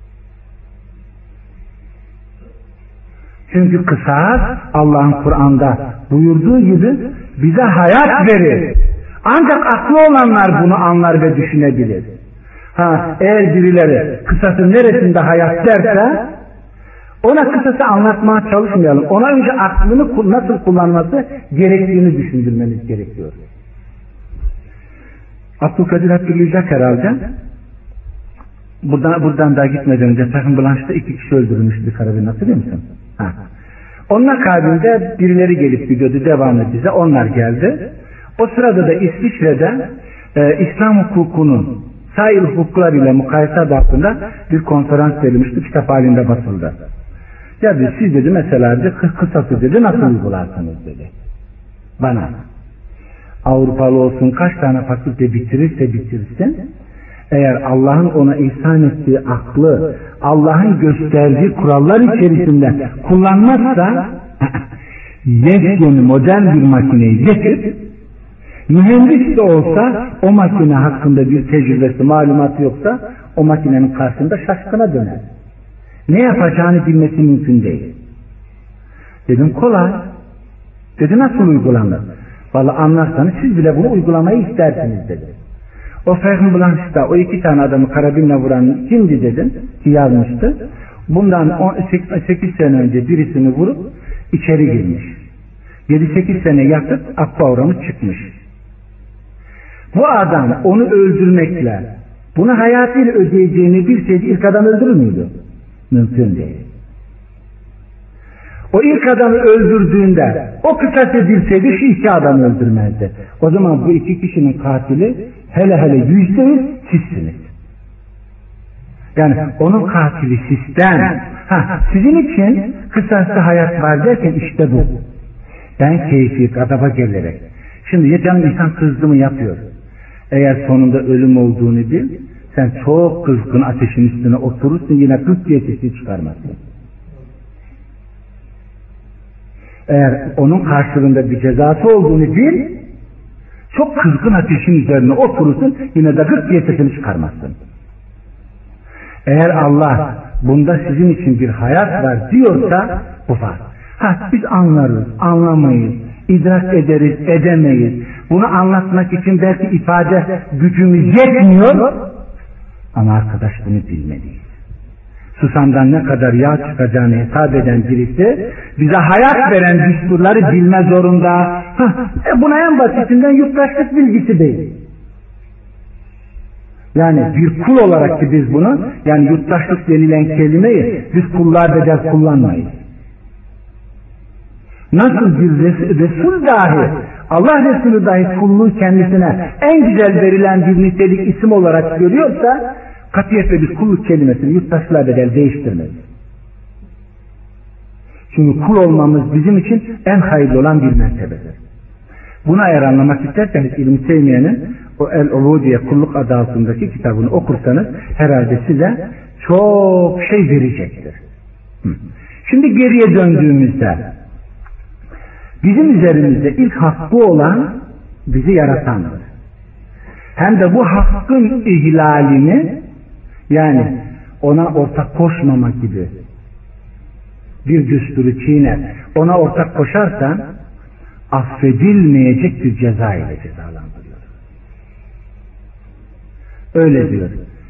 Çünkü kısas Allah'ın Kur'an'da buyurduğu gibi bize hayat verir. Ancak aklı olanlar bunu anlar ve düşünebilir. Eğer birileri kısasın neresinde hayat derse ona kısası anlatmaya çalışmayalım. Ona önce aklını nasıl kullanması gerektiğini düşündürmeniz gerekiyor. Abdülkadir hatırlayacak herhalde. buradan daha gitmeden önce Ferhan Blanche'da 2 kişi öldürülmüştü bir karabin, hatırlıyor musun? Ha. Onun akabinde birileri gelip gidiyordu devamlı bize, onlar geldi. O sırada da İsviçre'de İslam hukukunun sair hukuklar ile mukayese adı altında bir konferans verilmişti, kitap halinde basıldı. Ya dedi, siz dedi mesela dedi, kısası dedi nasıl uygularsınız dedi. Bana. Avrupalı olsun, kaç tane fakülte bitirirse bitirsin, eğer Allah'ın ona ihsan ettiği aklı, Allah'ın gösterdiği kurallar içerisinde kullanmazsa, yepyeni modern bir makineyi getir, mühendis de olsa o makine hakkında bir tecrübesi, malumatı yoksa o makinenin karşısında şaşkına döner. Ne yapacağını bilmesi mümkün değil. Dedim kolay. Dedi nasıl uygulanır? Vallahi anlarsanız siz bile bunu uygulamayı istersiniz dedi. O Ferhan Blanche'da o 2 tane adamı karabinle vuran kimdi dedim ki yazmıştı. Bundan 8 sene önce birisini vurup içeri girmiş. 7-8 sene yatıp akba uğramış çıkmış. Bu adam onu öldürmekle bunu hayatıyla ödeyeceğini bilseydi ilk adam öldürür müydü? Mümkün değil. O ilk adamı öldürdüğünde o kısas edilseydi şu 2 adamı öldürmezdi. O zaman bu 2 kişinin katili hele %100 sizsiniz. Yani onun katili sizden. Sizin için kısaslı hayat var derken işte bu. Ben keyfi gadaba gelerek. Şimdi yeten insan kızdı mı yapıyor. Eğer sonunda ölüm olduğunu bil, sen çok kızgın ateşin üstüne oturursun, yine 40 diye sesi çıkarmazsın. Eğer onun karşılığında bir cezası olduğunu bil, çok kızgın ateşin üzerine oturursun, yine de 40 diye sesini çıkarmazsın. Eğer Allah bunda sizin için bir hayat var diyorsa bu var. Biz anlarız, anlamayız, idrak ederiz, edemeyiz. Bunu anlatmak için belki ifade gücümüz yetmiyor. Ama arkadaş bunu bilmeliyiz. Susamdan ne kadar yağ çıkacağını hesap eden birisi bize hayat veren düsturları bilme zorunda. Buna en basitinden yurttaşlık bilgisi değil. Yani bir kul olarak ki biz bunu, yani yurttaşlık denilen kelimeyi biz kullar bedel kullanmayız. Nasıl bir Resul dahi, Allah Resulü dahi kulluğu kendisine en güzel verilen bir nitelik isim olarak görüyorsa, katiyetle biz kulluk kelimesini yurttaşlığa bedel değiştirmeyiz. Çünkü kul olmamız bizim için en hayırlı olan bir mertebedir. Bunu eğer anlamak isterseniz İbn-i Teymiye'nin o El-Ubudiye kulluk adı altındaki kitabını okursanız herhalde size çok şey verecektir. Şimdi geriye döndüğümüzde bizim üzerimizde ilk hakkı olan bizi yaratandır. Hem de bu hakkın ihlalini, yani ona ortak koşmama gibi bir düsturu çiğner, ona ortak koşarsan affedilmeyecek bir ceza ile cezalandırıyor. Öyle diyor.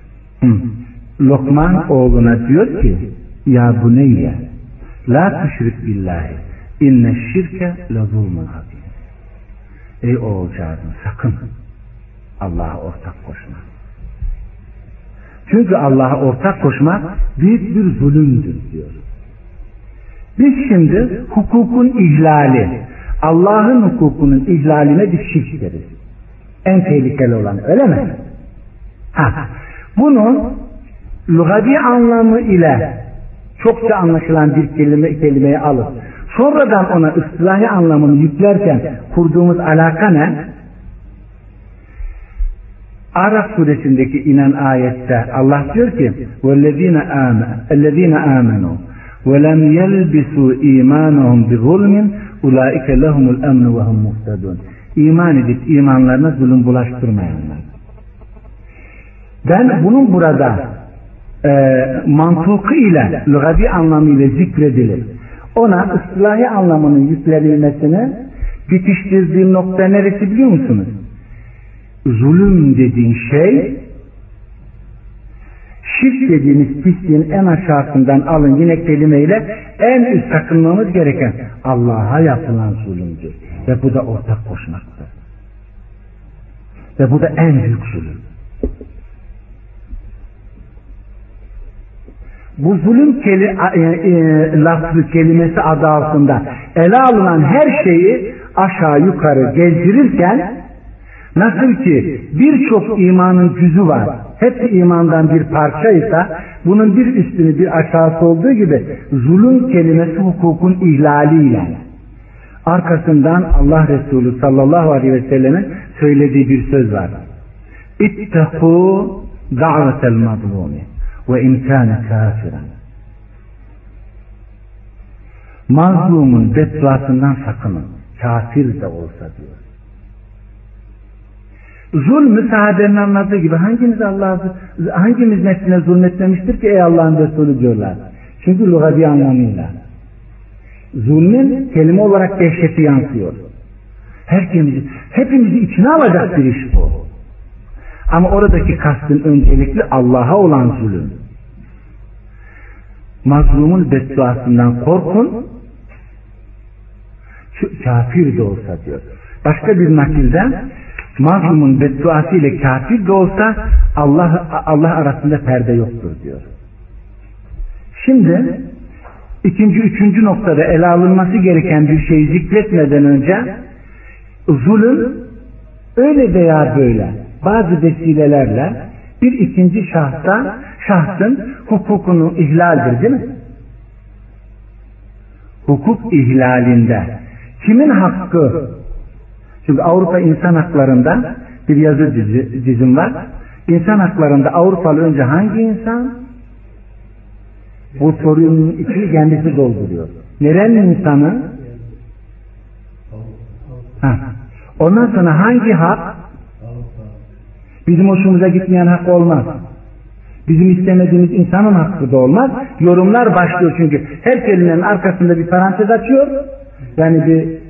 Lokman oğluna diyor ki, ya buneyye la tüşrik billahi inne şirke la zulmun azim. Ey oğulcağızım, sakın Allah'a ortak koşma. Çünkü Allah'a ortak koşmak büyük bir zulümdür diyor. Biz şimdi hukukun ihlali, Allah'ın hukukunun ihlaline bir şirk deriz. En tehlikeli olan, öyle mi? Bunu lügati anlamı ile çokça anlaşılan bir kelimeyi alıp sonradan ona ıslahi anlamını yüklerken kurduğumuz alaka ne? Araf suresindeki inen ayette Allah diyor ki وَالَّذ۪ينَ آمَنُوا وَلَمْ يَلْبِسُوا اِيمَانَهُمْ بِظُلْمٍ اُولَٰئِكَ لَهُمُ الْاَمْنُ وَهُمْ مُهْتَدُونَ. İman edip imanlarına zulüm bulaştırmayanlar. Ben bunun burada mantıkı ile, lügati anlamıyla zikredilir. Ona ıslahi anlamının yüklenilmesine bitiştirdiğim nokta neresi biliyor musunuz? Zulüm dediğin şey, şirk dediğiniz pisliğin en aşağısından alın yine kelimeyle en üst sakınmamız gereken Allah'a yapılan zulümdür. Ve bu da ortak koşmaktır. Ve bu da en büyük zulüm. bu zulüm lafzı kelimesi adı altında ele alınan her şeyi aşağı yukarı gezdirirken, nasıl ki birçok imanın cüzü var, hepsi imandan bir parçaysa, bunun bir üstünü bir aşağısı olduğu gibi zulüm kelimesi hukukun ihlaliyle, arkasından Allah Resulü sallallahu aleyhi ve sellemin söylediği bir söz var. İttekû da'vetel mazlûmi ve imkâne kâfiren. Mazlumun bedduasından sakının, kafir de olsa diyor. Zulmü sahabenin anlattığı gibi hangimiz nefsine zulmetmemiştir ki ey Allah'ın Resulü diyorlar. Çünkü lügati anlamıyla. Zulmün kelime olarak dehşeti yansıyor. Hepimizi içine alacak bir iş bu. Ama oradaki kastın öncelikli Allah'a olan zulüm. Mazlumun bedduasından korkun, kafir de olsa diyor. Başka bir nakilde mazlumun bedduası ile kafir de olsa Allah arasında perde yoktur diyor. Şimdi üçüncü noktada ele alınması gereken bir şeyi zikretmeden önce zulüm öyle veya böyle bazı vesilelerle bir ikinci şahsın hukukunu ihlaldir, değil mi? Hukuk ihlalinde kimin hakkı? Çünkü Avrupa İnsan Hakları'nda bir yazı dizim var. İnsan haklarında Avrupalı önce hangi insan? Bu sorunun içini kendisi dolduruyor. Nerenin insanı? Ondan sonra hangi hak? Bizim hoşumuza gitmeyen hak olmaz. Bizim istemediğimiz insanın hakkı da olmaz. Yorumlar başlıyor çünkü her kelimenin arkasında bir parantez açıyor. Yani bir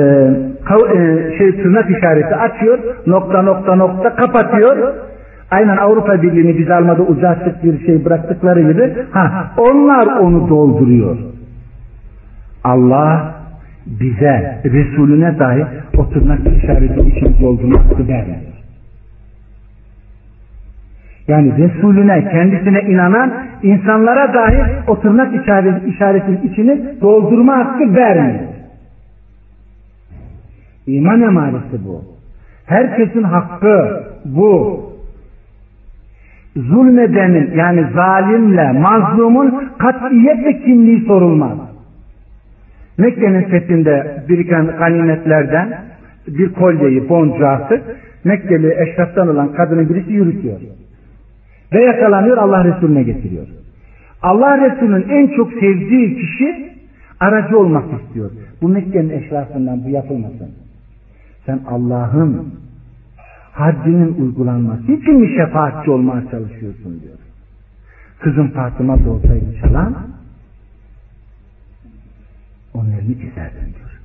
tırnak işareti açıyor, nokta kapatıyor. Aynen Avrupa Birliği'ni biz almada ucazlık bir şey bıraktıkları gibi, onlar onu dolduruyor. Allah bize, Resulüne dahi o tırnak işareti için doldurmak hakkı vermiyor. Yani Resulüne, kendisine inanan insanlara dahi o tırnak işaretinin içini doldurma hakkı vermiyor. İman emaresi bu. Herkesin hakkı bu. Zulmedenin, yani zalimle mazlumun katiyetle kimliği sorulmaz. Mekke'nin fethinde biriken ganimetlerden bir kolyeyi, boncuğu Mekkeli eşraftan olan kadının birisi yürütüyor. Ve yakalanıyor, Allah Resulüne getiriyor. Allah Resulü'nün en çok sevdiği kişi aracı olmak istiyor. Bu Mekke'nin eşrafından bu yapılmasın. Sen Allah'ın haddinin uygulanması için mi şefaatçi olmaya çalışıyorsun diyor. Kızım Fatıma da olsaydı çalan onun elini keserdin diyor.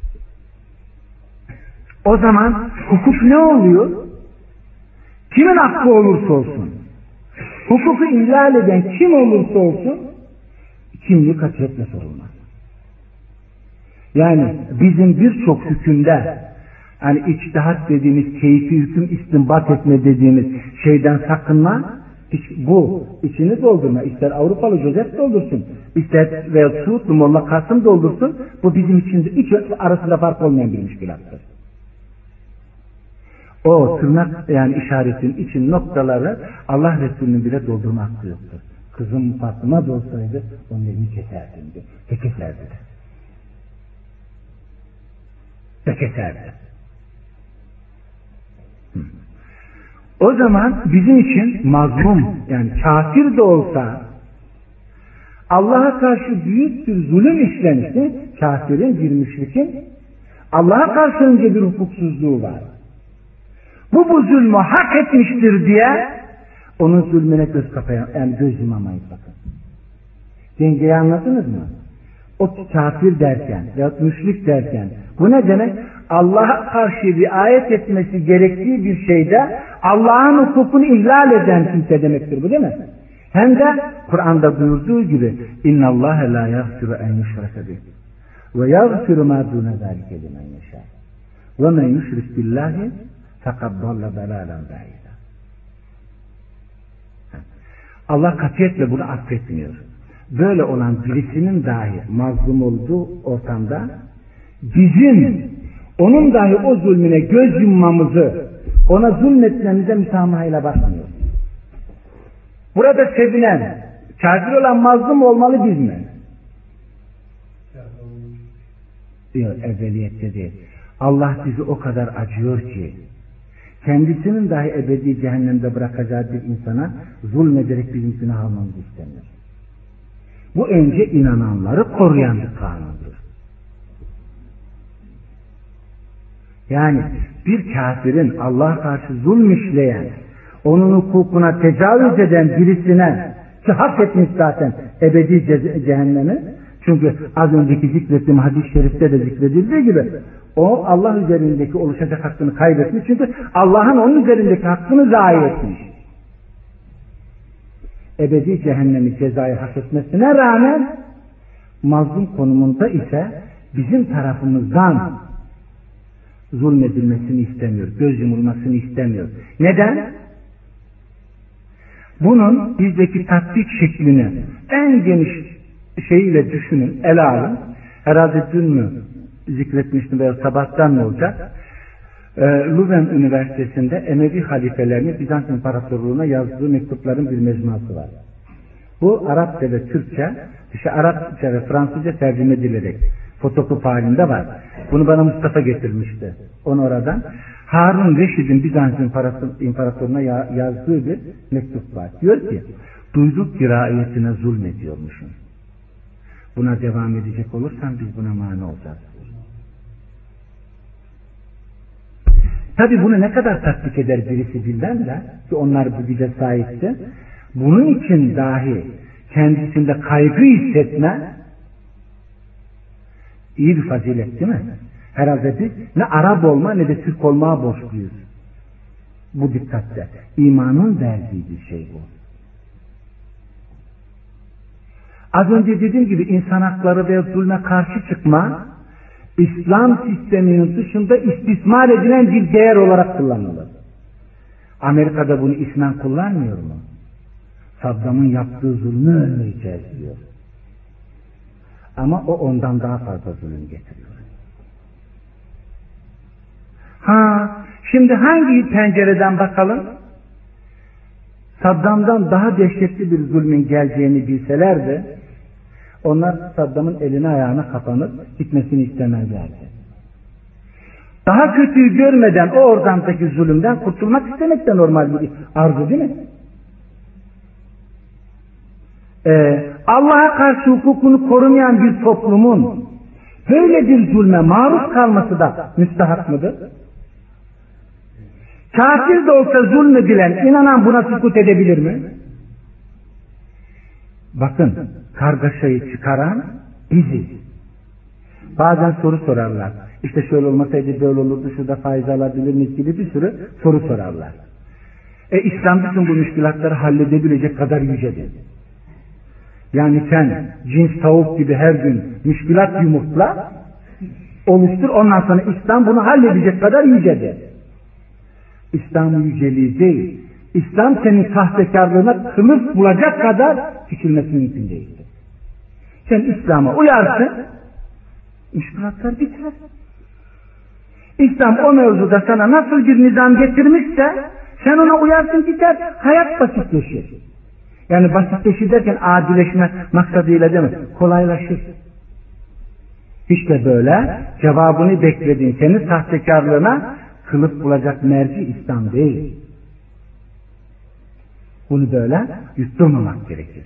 O zaman hukuk ne oluyor? Kimin hakkı olursa olsun, hukuku ihlal eden kim olursa olsun kimliği katiyetle sorulmaz. Yani bizim birçok hükümde, hani içtihat dediğimiz, keyfi hüküm istinbat etme dediğimiz şeyden sakınma, bu içini doldurma. İster Avrupalı Joseph doldursun, ister veya Suudlu Molla Kasım doldursun, bu bizim için hiç arasında fark olmayan bir müşkülattır. O tırnak yani işaretin için noktaları Allah Resulü'nün bile doldurma hakkı yoktur. Kızım Fatıma da olsaydı onun elini keserdim diyor. Keserdi. Keserdi. O zaman bizim için mazlum, yani kafir de olsa Allah'a karşı büyük bir zulüm işlemişti. Kafirin, bir müşrikin Allah'a karşı önce bir hukuksuzluğu var. Bu zulmü hak etmiştir diye onun zulmüne göz kapayan, yani göz yumamayız bakın. Dengeyi anladınız mı? O kafir derken veyahut müşrik derken bu ne demek? Allah'a karşı bir ayet etmesi gerektiği bir şeyde Allah'ın hukukunu ihlal eden kimse demektir bu, değil mi? Hem de Kur'an'da buyurduğu gibi İnna Allah la yaghfiru en yushraka bih ve yaghfiru ma dune zalike limen yasha ve men yushrik billahi fekad dalla dalalan ba'ida. Allah katiyetle bunu affetmiyor. böyle olan birisinin dahi mazlum olduğu ortamda bizim onun dahi o zulmüne göz yummamızı, ona zulmetmemize müsamahayla bakmıyor. Burada sevinen, kafir olan mazlum olmalı biz mi? Diyor, evveliyette değil. Allah bizi o kadar acıyor ki kendisinin dahi ebedi cehennemde bırakacağı bir insana zulmederek bizim günah almamızı istemiyor. Bu önce inananları koruyan bir kanundur. Yani bir kafirin Allah'a karşı zulmüşleyen, onun hukukuna tecavüz eden birisine ki hak etmiş zaten ebedi cehennemi, çünkü az önceki zikrettiğim hadis-i şerifte de zikredildiği gibi o Allah üzerindeki oluşacak hakkını kaybetmiş, çünkü Allah'ın onun üzerindeki hakkını zayi etmiş. Ebedi cehennemi cezayı hak etmesine rağmen mazlum konumunda ise bizim tarafımızdan zulmedilmesini istemiyor, göz yumulmasını istemiyor. Neden? Bunun bizdeki tatbik şeklini en geniş şeyiyle düşünün, ele alın. Herhalde dün mü zikretmiştim veya sabahtan mı olacak? Leuven Üniversitesi'nde Emevi halifelerinin Bizans İmparatorluğu'na yazdığı mektupların bir mecmuası var. Bu Arapça ve Türkçe, Arapça ve Fransızca tercüme edilerek fotokop halinde var. Bunu bana Mustafa getirmişti. Onu oradan. Harun Reşid'in Bizans İmparatorluğu'na yazdığı bir mektup var. Diyor ki, duyduk ki raiyetine zulmediyormuşsun. Buna devam edecek olursan biz buna mani olacağız. Tabi bunu ne kadar tatbik eder birisi bilmem de, ki onlar bu güce sahipti. Bunun için dahi kendisinde kaygı hissetme iyi bir fazilet değil mi? Herhalde biz ne Arap olma ne de Türk olmaya borçluyuz. Bu dikkatle. İmanın verdiği bir şey bu. Az önce dediğim gibi insan hakları ve zulme karşı çıkma, İslam sisteminin dışında istismar edilen bir değer olarak kullanılır. Amerika'da bunu ismen kullanmıyor mu? Saddam'ın yaptığı zulmü önleyeceğiz diyor. Ama o ondan daha fazla zulüm getiriyor. Şimdi hangi pencereden bakalım? Saddam'dan daha dehşetli bir zulmün geleceğini bilselerdi, onlar Saddam'ın eline ayağına kapanıp gitmesini istemezlerdi. Daha kötüyü görmeden o ortamdaki zulümden kurtulmak istemek de normal bir arzu değil mi? Allah'a karşı hukukunu korumayan bir toplumun böyle bir zulme maruz kalması da müstahak mıdır? Kafir de olsa zulmedilen, inanan buna sükut edebilir mi? Bakın, kargaşayı çıkaran biziz. Bazen soru sorarlar. İşte şöyle olmasaydı böyle olurdu, şurada faiz alabilir miyiz gibi bir sürü soru sorarlar. İslam bütün bu müşkilatları halledebilecek kadar yücedir. Yani sen cins tavuk gibi her gün müşkilat yumurtla oluştur, ondan sonra İslam bunu halledecek kadar yücedir. İslam'ın yüceliği değil, İslam senin sahtekarlığına kılıf bulacak kadar küçülmesi mümkün değildir. Sen İslam'a uyarsın, müşkilatlar biter. İslam o mevzuda sana nasıl bir nizam getirmişse sen ona uyarsın, biter, hayat basitleşir. Yani basitleşir derken adileşme maksadıyla değil mi? Kolaylaşır. İşte böyle cevabını beklediğin senin sahtekarlığına kılıf bulacak merci İslam değil. Bunu böyle yutturmamak gerekir.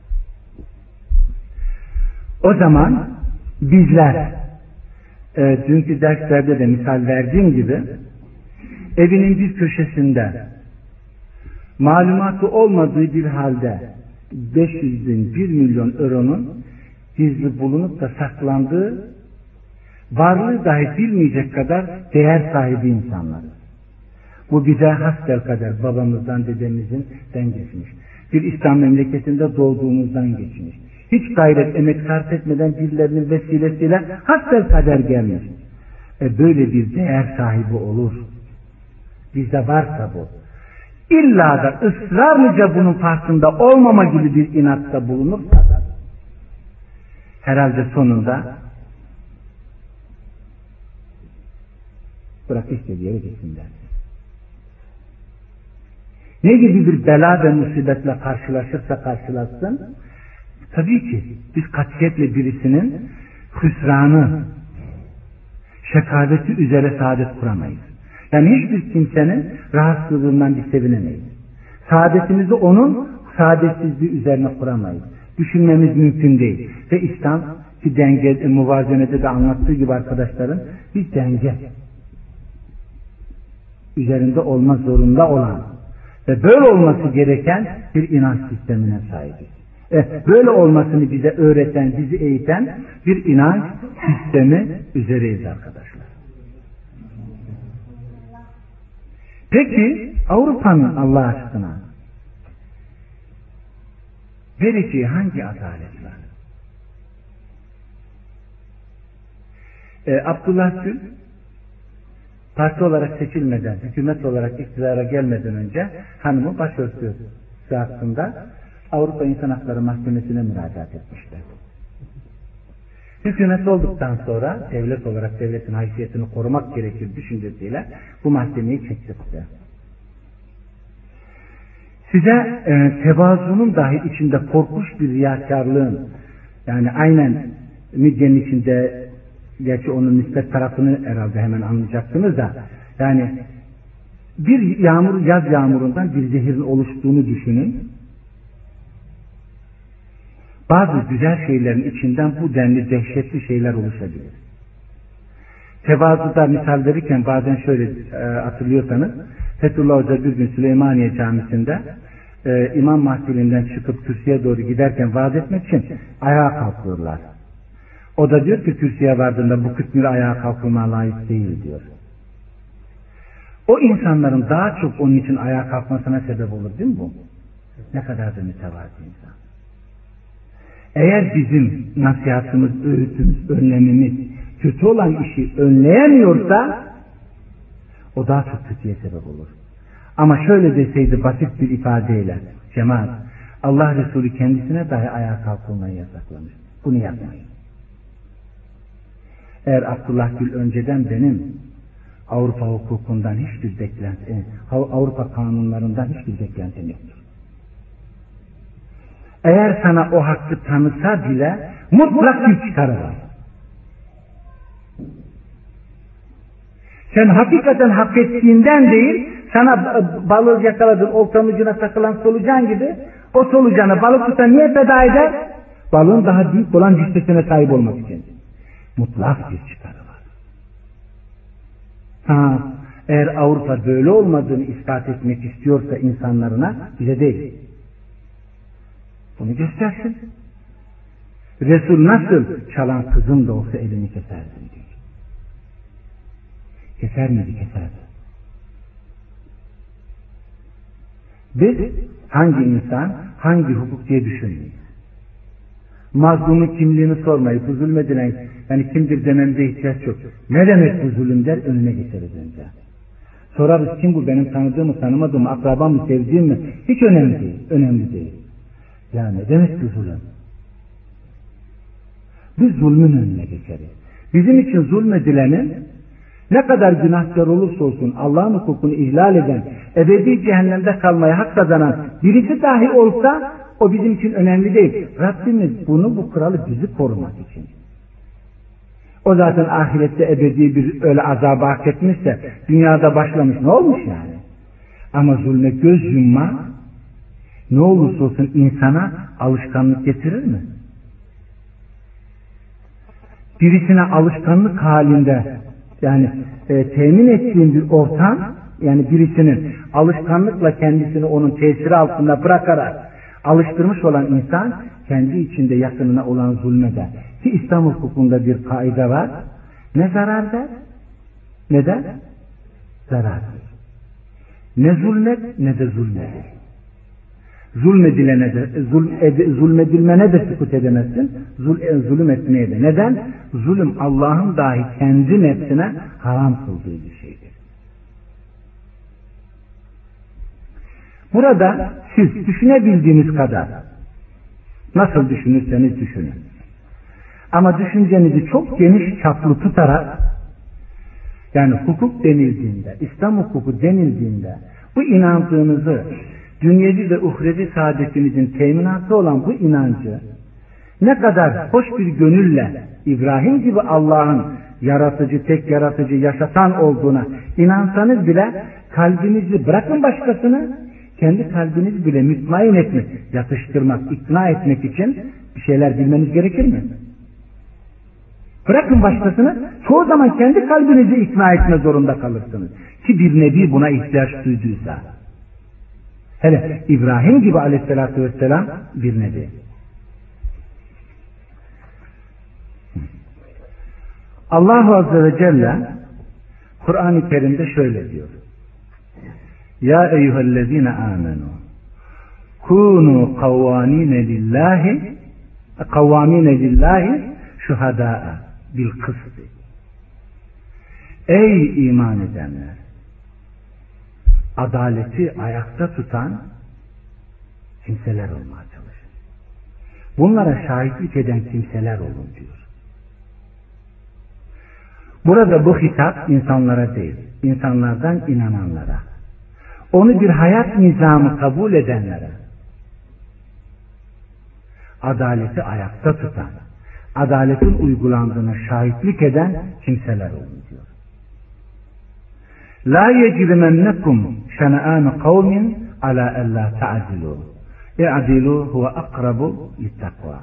O zaman bizler dünkü derslerde de misal verdiğim gibi evinin bir köşesinde malumatı olmadığı bir halde 500 bin, 1 milyon euronun gizli bulunup da saklandığı, varlığı dahi bilmeyecek kadar değer sahibi insanlar. Bu bize hasbelkader babamızdan, dedemizden geçmiş. Bir İslam memleketinde doğduğumuzdan geçmiş. Hiç gayret, emek sarf etmeden birilerinin vesilesiyle hasbelkader gelmiş. Böyle bir değer sahibi olur. Bizde varsa bu. İlla da ısrarlıca bunun farkında olmama gibi bir inatta bulunursa da herhalde sonunda bırak istediği yere gitsin dersin. Ne gibi bir bela ve musibetle karşılaşırsa karşılaşsın, tabii ki biz katiyetle birisinin hüsranı, şekaveti üzere saadet kuramayız. Yani hiçbir kimsenin rahatsızlığından biz sevinemeyiz. Saadetimizi onun saadetsizliği üzerine kuramayız. Düşünmemiz mümkün değil. Ve İslam ki denge, muvazenede de anlattığı gibi arkadaşlarım, bir denge üzerinde olma zorunda olan ve böyle olması gereken bir inanç sistemine sahibiz. Böyle olmasını bize öğreten, bizi eğiten bir inanç sistemi üzereyiz arkadaşlar. Peki Avrupa'nın Allah aşkına vereceği hangi adalet var? Abdullah Gül parti olarak seçilmeden, hükümet olarak iktidara gelmeden önce hanımı başörtüsü hakkında Avrupa İnsan Hakları Mahkemesi'ne müracaat etmişler. Hükümet olduktan sonra devlet olarak devletin haysiyetini korumak gerekir düşüncesiyle bu mahkemeyi çektirdi. Size tevazunun dahi içinde korkunç bir riyakarlığın, yani aynen midyenin içinde, gerçi onun nispet tarafını herhalde hemen anlayacaksınız da, yani bir yağmur, yaz yağmurundan bir zehirin oluştuğunu düşünün. Bazı güzel şeylerin içinden bu denli dehşetli şeyler oluşabilir. Tevazuda misal verirken bazen şöyle hatırlıyorsanız, Fethullah Hoca bir gün Süleymaniye Camisi'nde İmam Mahfilinden çıkıp kürsüye doğru giderken vaaz etmek için ayağa kalkıyorlar. O da diyor ki kürsüye vardığında bu kısmı ayağa kalkmaya layık değil diyor. O insanların daha çok onun için ayağa kalkmasına sebep olur değil mi bu? Ne kadar da mütevazi insan. Eğer bizim nasihatımız, öğütümüz, önlemimiz kötü olan işi önleyemiyorsa o daha çok kötüye sebep olur. Ama şöyle deseydi basit bir ifadeyle, cemaat, Allah Resulü kendisine dahi ayağa kalkılmayı yasaklamış. Bunu yapmayın. Eğer Abdullah Gül önceden benim Avrupa hukukundan hiçbir beklenti, Avrupa kanunlarından hiçbir beklentim yoktur. Eğer sana o hakkı tanısa bile mutlak bir çıkarı var. Sen hakikaten hak ettiğinden değil, sana balığı yakaladın, oltanın ucuna takılan solucan gibi, o solucanı balık tutan niye feda eder? Balığın daha büyük olan cüssesine sahip olmak için. Mutlak bir çıkarı var. Eğer Avrupa böyle olmadığını ispat etmek istiyorsa insanlarına, bize değil. Bunu göstersin. Resul nasıl çalan kızım da olsa elini keserdim diyor. Keser miydi? Keserdi. Biz hangi insan, hangi hukuk diye düşünmeyiz. Mazlumun kimliğini sormayız. Bu zulmedilen, yani kimdir dememize ihtiyaç yok. Ne demek bu zulüm der, önüne geçeriz önce. Sorarız kim bu, benim tanıdığım mı, tanımadığım mı, akrabam mı, sevdiğim mi? Hiç önemli değil. Önemli değil. Yani ne demek bu zulüm? Biz zulmün önüne geçeriz. Bizim için zulmedilenin ne kadar günahkar olursa olsun Allah'ın hukukunu ihlal eden, ebedi cehennemde kalmaya hak kazanan birisi dahi olsa o bizim için önemli değil. Rabbimiz bu kuralı bizi korumak için. O zaten ahirette ebedi bir öyle azabı hak etmişse dünyada başlamış, ne olmuş yani? Ama zulme göz yummak ne olursa olsun insana alışkanlık getirir mi? Birisine alışkanlık halinde, yani temin ettiğin bir ortam, yani birisinin alışkanlıkla kendisini onun tesiri altında bırakarak alıştırmış olan insan kendi içinde yakınına olan zulmeder. Ki İslam hukukunda bir kaide var. Ne zarar der? Ne der? Zarar. Ne zulmet ne de zulmedir. Zulmedilene de, zulmedilmene de sükut edemezsin, zulüm etmeye de. Neden? Zulüm Allah'ın dahi kendi nefsine haram kıldığı bir şeydir. Burada siz düşünebildiğiniz kadar, nasıl düşünürseniz düşünün, Ama düşüncenizi çok geniş çaplı tutarak, yani hukuk denildiğinde, İslam hukuku denildiğinde bu inandığınızı, dünyevi ve uhrevi saadetinizin teminatı olan bu inancı ne kadar hoş bir gönülle İbrahim gibi Allah'ın yaratıcı, tek yaratıcı, yaşatan olduğuna inansanız bile kalbinizi bırakın başkasını, kendi kalbinizi bile mutmain etmek, yatıştırmak, ikna etmek için bir şeyler bilmeniz gerekir mi? Bırakın başkasını, çoğu zaman kendi kalbinizi ikna etme zorunda kalırsınız. Ki bir nebi buna ihtiyaç duyduysa. Hele İbrahim gibi aleyhissalatü vesselam bir nebi. Allah Azze ve Celle Kur'an-ı Kerim'de şöyle diyor. Ya eyyühellezine amenu kunu kavvamine lillahi şuhada'a bil kısti. Ey iman edenler, adaleti ayakta tutan kimseler olmaya çalışın. Bunlara şahitlik eden kimseler olun diyor. Burada bu hitap insanlara değil, insanlardan inananlara, onu bir hayat nizamı kabul edenlere, adaleti ayakta tutan, adaletin uygulandığına şahitlik eden kimseler olun diyor. La yecrimennekum şena'an kavmin ala alla ta'dilu. İ'dilu huve akrabu littakva.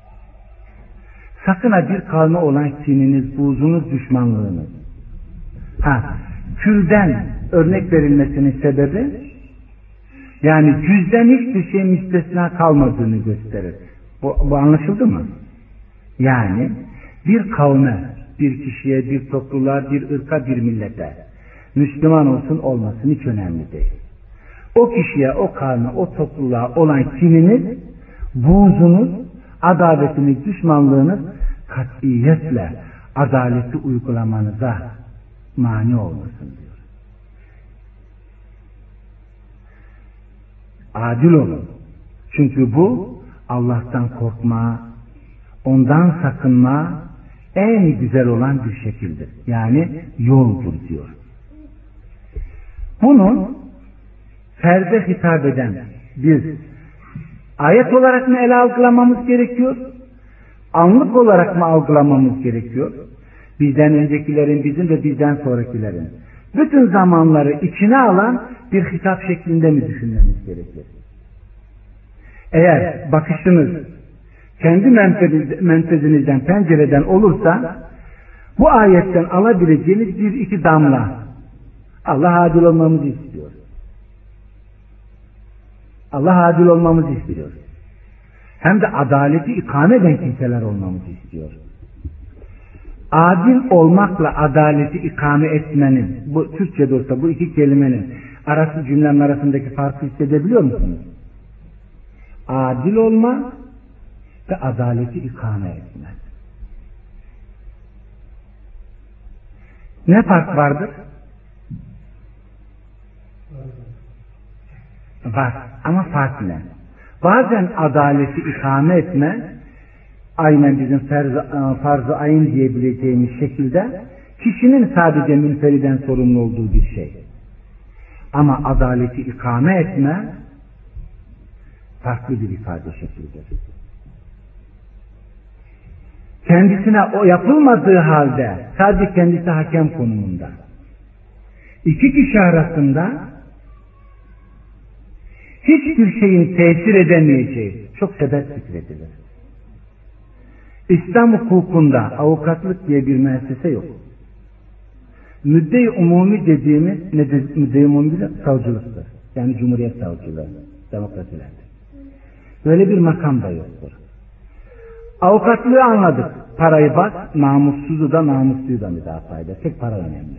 Sakın ha bir kavme olan kininiz, buğzunuz, düşmanlığınız. Külden örnek verilmesinin sebebi, yani cüzden hiçbir şey müstesna kalmadığını gösterir. Bu anlaşıldı mı? Yani bir kavme, bir kişiye, bir topluluğa, bir ırka, bir millete Müslüman olsun olmasın hiç önemli değil. O kişiye, o kavme, o topluluğa olan kininiz, buğzunuz, adaletiniz, düşmanlığınız katiyetle adaleti uygulamanıza mani olmasın diyor. Adil olun. Çünkü bu Allah'tan korkma, ondan sakınma en güzel olan bir şekildir. Yani yoldur diyor. Bunu ferde hitap eden bir ayet olarak mı ele algılamamız gerekiyor? Anlık olarak mı algılamamız gerekiyor? Bizden öncekilerin, bizim ve bizden sonrakilerin bütün zamanları içine alan bir hitap şeklinde mi düşünmemiz gerekir? Eğer bakışınız kendi menfezinizden, pencereden olursa bu ayetten alabileceğiniz bir iki damla Allah adil olmamızı istiyor. Allah adil olmamızı istiyor. Hem de adaleti ikame eden kimseler olmamızı istiyor. Adil olmakla adaleti ikame etmenin, bu Türkçe'de olsa bu iki kelimenin cümlenin arasındaki farkı hissedebiliyor musunuz? Adil olma ve adaleti ikame etme. Ne fark vardır? Var ama fark ne? Bazen adaleti ikame etme, aynen bizim farz-ı ayın diyebileceğimiz şekilde kişinin sadece münferiden sorumlu olduğu bir şey. Ama adaleti ikame etme farklı bir ifade şeklidir. Kendisine o yapılmadığı halde sadece kendisi hakem konumunda. İki kişi arasında hiçbir şeyin tesir edemeyeceği çok sebep zikredilir. İslam hukukunda avukatlık diye bir müessese yok. Müdde-i umumi dediğimiz müdde-i umumi savcılıktır. Yani Cumhuriyet savcılığı, demokrasilerde. Böyle bir makam da yoktur. Avukatlığı anladık. Parayı bas, namussuzu da namusluyu da müdafaa eder. Tek para önemli.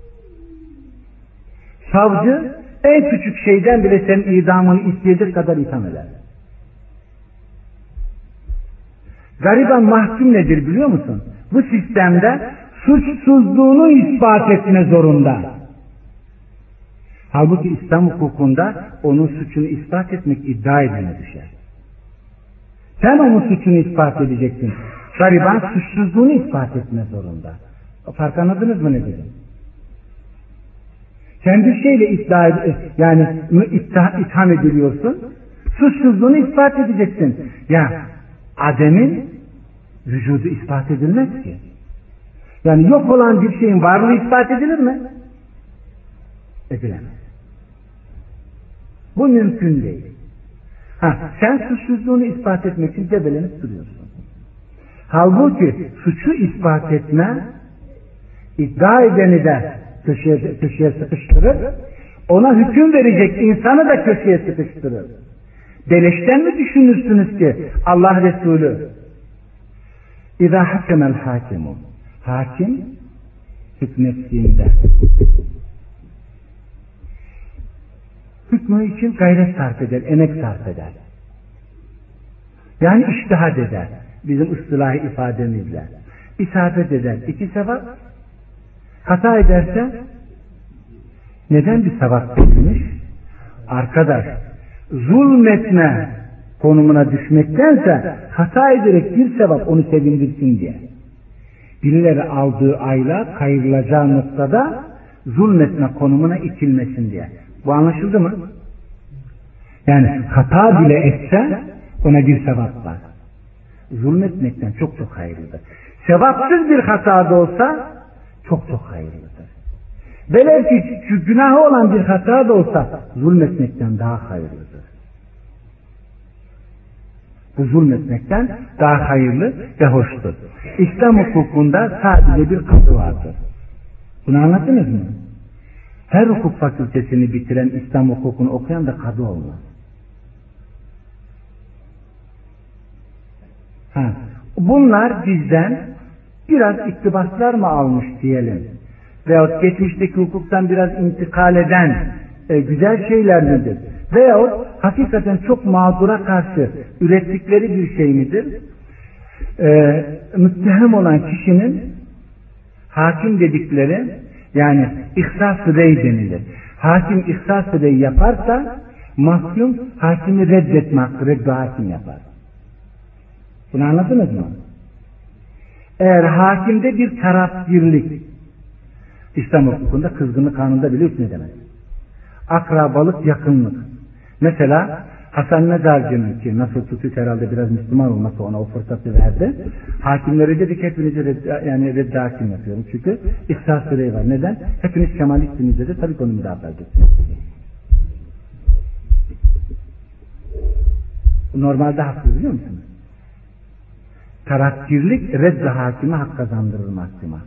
Savcı en küçük şeyden bile senin idamını isteyecek kadar itham eder. Gariban mahkum nedir biliyor musun? Bu sistemde suçsuzluğunu ispat etme zorunda. Halbuki İslam hukukunda onun suçunu ispat etmek iddia edene düşer. Sen onun suçunu ispat edeceksin. Gariban suçsuzluğunu ispat etme zorunda. Fark anladınız mı ne dedim? Sen bir şeyle itham ediliyorsun. Suçsuzluğunu ispat edeceksin. Ya Adem'in vücudu ispat edilmez ki. Yani yok olan bir şeyin varlığı ispat edilir mi? Edilemez. Bu mümkün değil. Sen suçsuzluğunu ispat etmek için debelenip duruyorsun. Halbuki suçu ispat etme, iddia edeni de köşeye sıkıştırır, ona hüküm verecek insanı da köşeye sıkıştırır. Beleşten mi düşünürsünüz ki Allah Resulü İzâ hakemel hakimu, hakim hükmettiğinde hükmü için gayret sarf eder, emek sarf eder. Yani içtihad eder. Bizim ıstılahi ifademizle. İsabet eder. 2 sevap. Hata ederse neden bir sevap verilmiş? Arkadaş, zulmetme konumuna düşmektense hata ederek bir sevap onu sevindirsin diye. Birileri aldığı ayla kayırılacağı noktada zulmetme konumuna itilmesin diye. Bu anlaşıldı mı? Yani hata bile etse ona bir sevap var. Zulmetmekten çok çok hayırlıdır. Sevapsız bir hata da olsa çok çok hayırlıdır. Velev ki şu günahı olan bir hata da olsa zulmetmekten daha hayırlıdır. Bu zulmetmekten daha hayırlı ve hoştur. İslam hukukunda sadece bir kadı vardır. Bunu anladınız mı? Her hukuk fakültesini bitiren İslam hukukunu okuyan da kadı olmaz. Bunlar bizden biraz iktibaslar mı almış diyelim veyahut geçmişteki hukuktan biraz intikal eden güzel şeyler midir veyahut hakikaten çok mağdura karşı ürettikleri bir şey midir? Müttehem olan kişinin hakim dedikleri, yani ihsas-ı rey denilir. Hakim ihsas-ı rey yaparsa mahkum hakimi reddetme hakkı, reddi hakim yapar. Bunu anladınız mı? Eğer hakimde bir tarafgirlik, İslam hukukunda kızgınlık kanunda bile hükmedemez. Akrabalık, yakınlık. Mesela Hasan Mezarcı'nın, ki nasıl tutuyor herhalde biraz Müslüman olması ona o fırsatı verdi. Hakimlere dedik hepinizi reddi hakim yapıyorum. Çünkü ihsas süreyi var. Neden? Hepiniz Kemalistsiniz dedi. Tabii ki onu müdafaa edin. Normalde haksız biliyor musunuz? Tarafgirlik reddi hakime hak kazandırır mahkeme.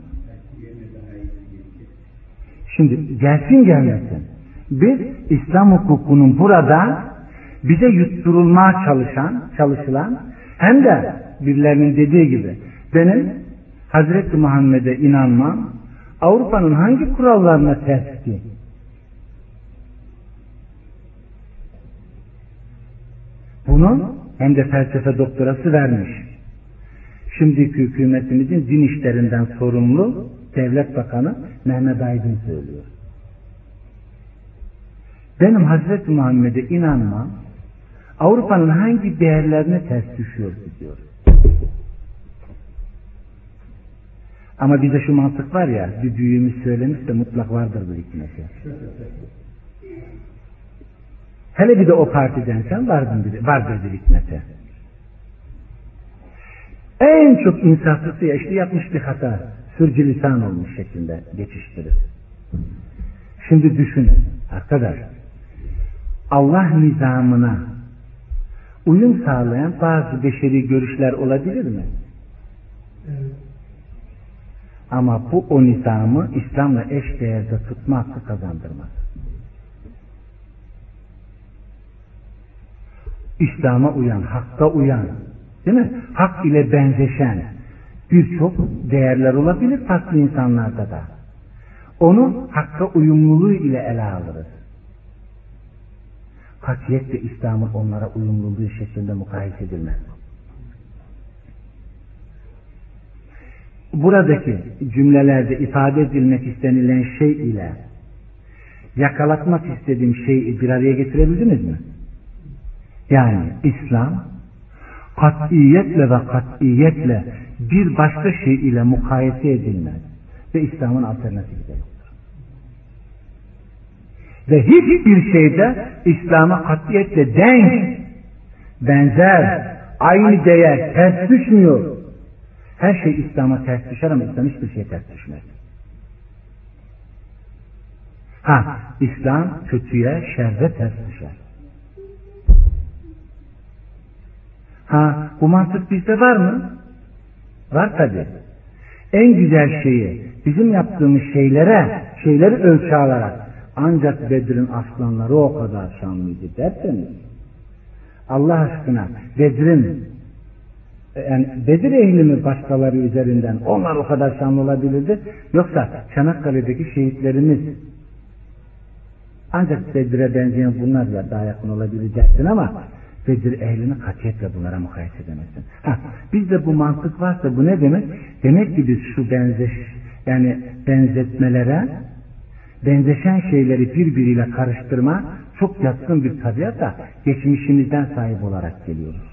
Şimdi gelsin gelmesin. Biz İslam hukukunun burada bize yutturulmaya çalışılan hem de birilerinin dediği gibi benim Hazreti Muhammed'e inanmam Avrupa'nın hangi kurallarına ters ki? Bunun hem de felsefe doktorası vermiş. Şimdiki hükümetimizin din işlerinden sorumlu Devlet Bakanı Mehmet Aydın söylüyor. Benim Hazreti Muhammed'e inanmam Avrupa'nın hangi değerlerine ters düşüyor diyor. Ama bize şu mantık var ya, bir büyüğümüz söylemiş de mutlak vardır bu hikmeti. Hele bir de o partiden sen vardır bir hikmeti. En çok insaflısı ya işte yapmış bir hata, sürcülisan olmuş şeklinde geçiştirir. Şimdi düşünün arkadaş, Allah nizamına uyum sağlayan bazı beşeri görüşler olabilir mi? Evet. Ama bu o nizamı İslam'la eş değerde tutma hakkı kazandırmaz. İslam'a uyan, hakka uyan, değil mi? Hak ile benzeşen birçok değerler olabilir farklı insanlarda da. Onu hakka uyumluluğu ile ele alırız. Katiyetle İslam'ın onlara uyumluluğu şeklinde mukayese edilmez. Buradaki cümlelerde ifade edilmek istenilen şey ile yakalatmak istediğim şeyi bir araya getirebildiniz mi? Yani İslam katiyetle ve katiyetle bir başka şey ile mukayese edilmez. Ve İslam'ın alternatifi de yoktur. Ve hiçbir şeyde İslam'a katiyetle denk, benzer, aynı değer, ters düşmüyor. Her şey İslam'a ters düşer ama İslam hiçbir şey ters düşmez. İslam kötüye, şerre ters düşer. Bu mantık bizde var mı? Var tabi. En güzel şeyi, bizim yaptığımız şeyleri ölçü alarak, ancak Bedir'in aslanları o kadar şanlıydı derseniz, Allah aşkına Bedir ehli mi başkaları üzerinden onlar o kadar şanlı olabilirdi, yoksa Çanakkale'deki şehitlerimiz ancak Bedir'e benzeyen bunlar ya daha yakın olabilir dersin ama Bedir ehlini katiyetle bunlara mukayese edemezsin. Bizde bu mantık varsa bu ne demek? Demek ki biz şu benzetmelere, benzeşen şeyleri birbiriyle karıştırma çok yatkın bir tabiata geçmişimizden sahip olarak geliyoruz.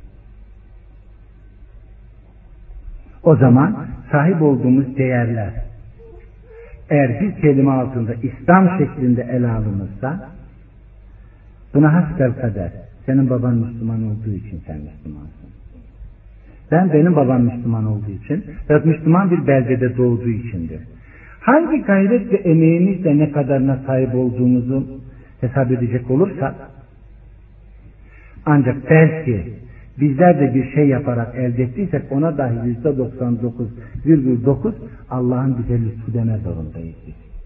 O zaman sahip olduğumuz değerler eğer bir kelime altında İslam şeklinde ele alınırsa buna hasbelkader senin baban Müslüman olduğu için sen Müslümansın. Benim babam Müslüman olduğu için ve Müslüman bir beldede doğduğu içindir. Hangi gayret ve emeğimizle ne kadarına sahip olduğumuzu hesap edecek olursak ancak belki bizler de bir şey yaparak elde ettiysek ona dahi %99,9 Allah'ın bize lütfu deme zorundayız.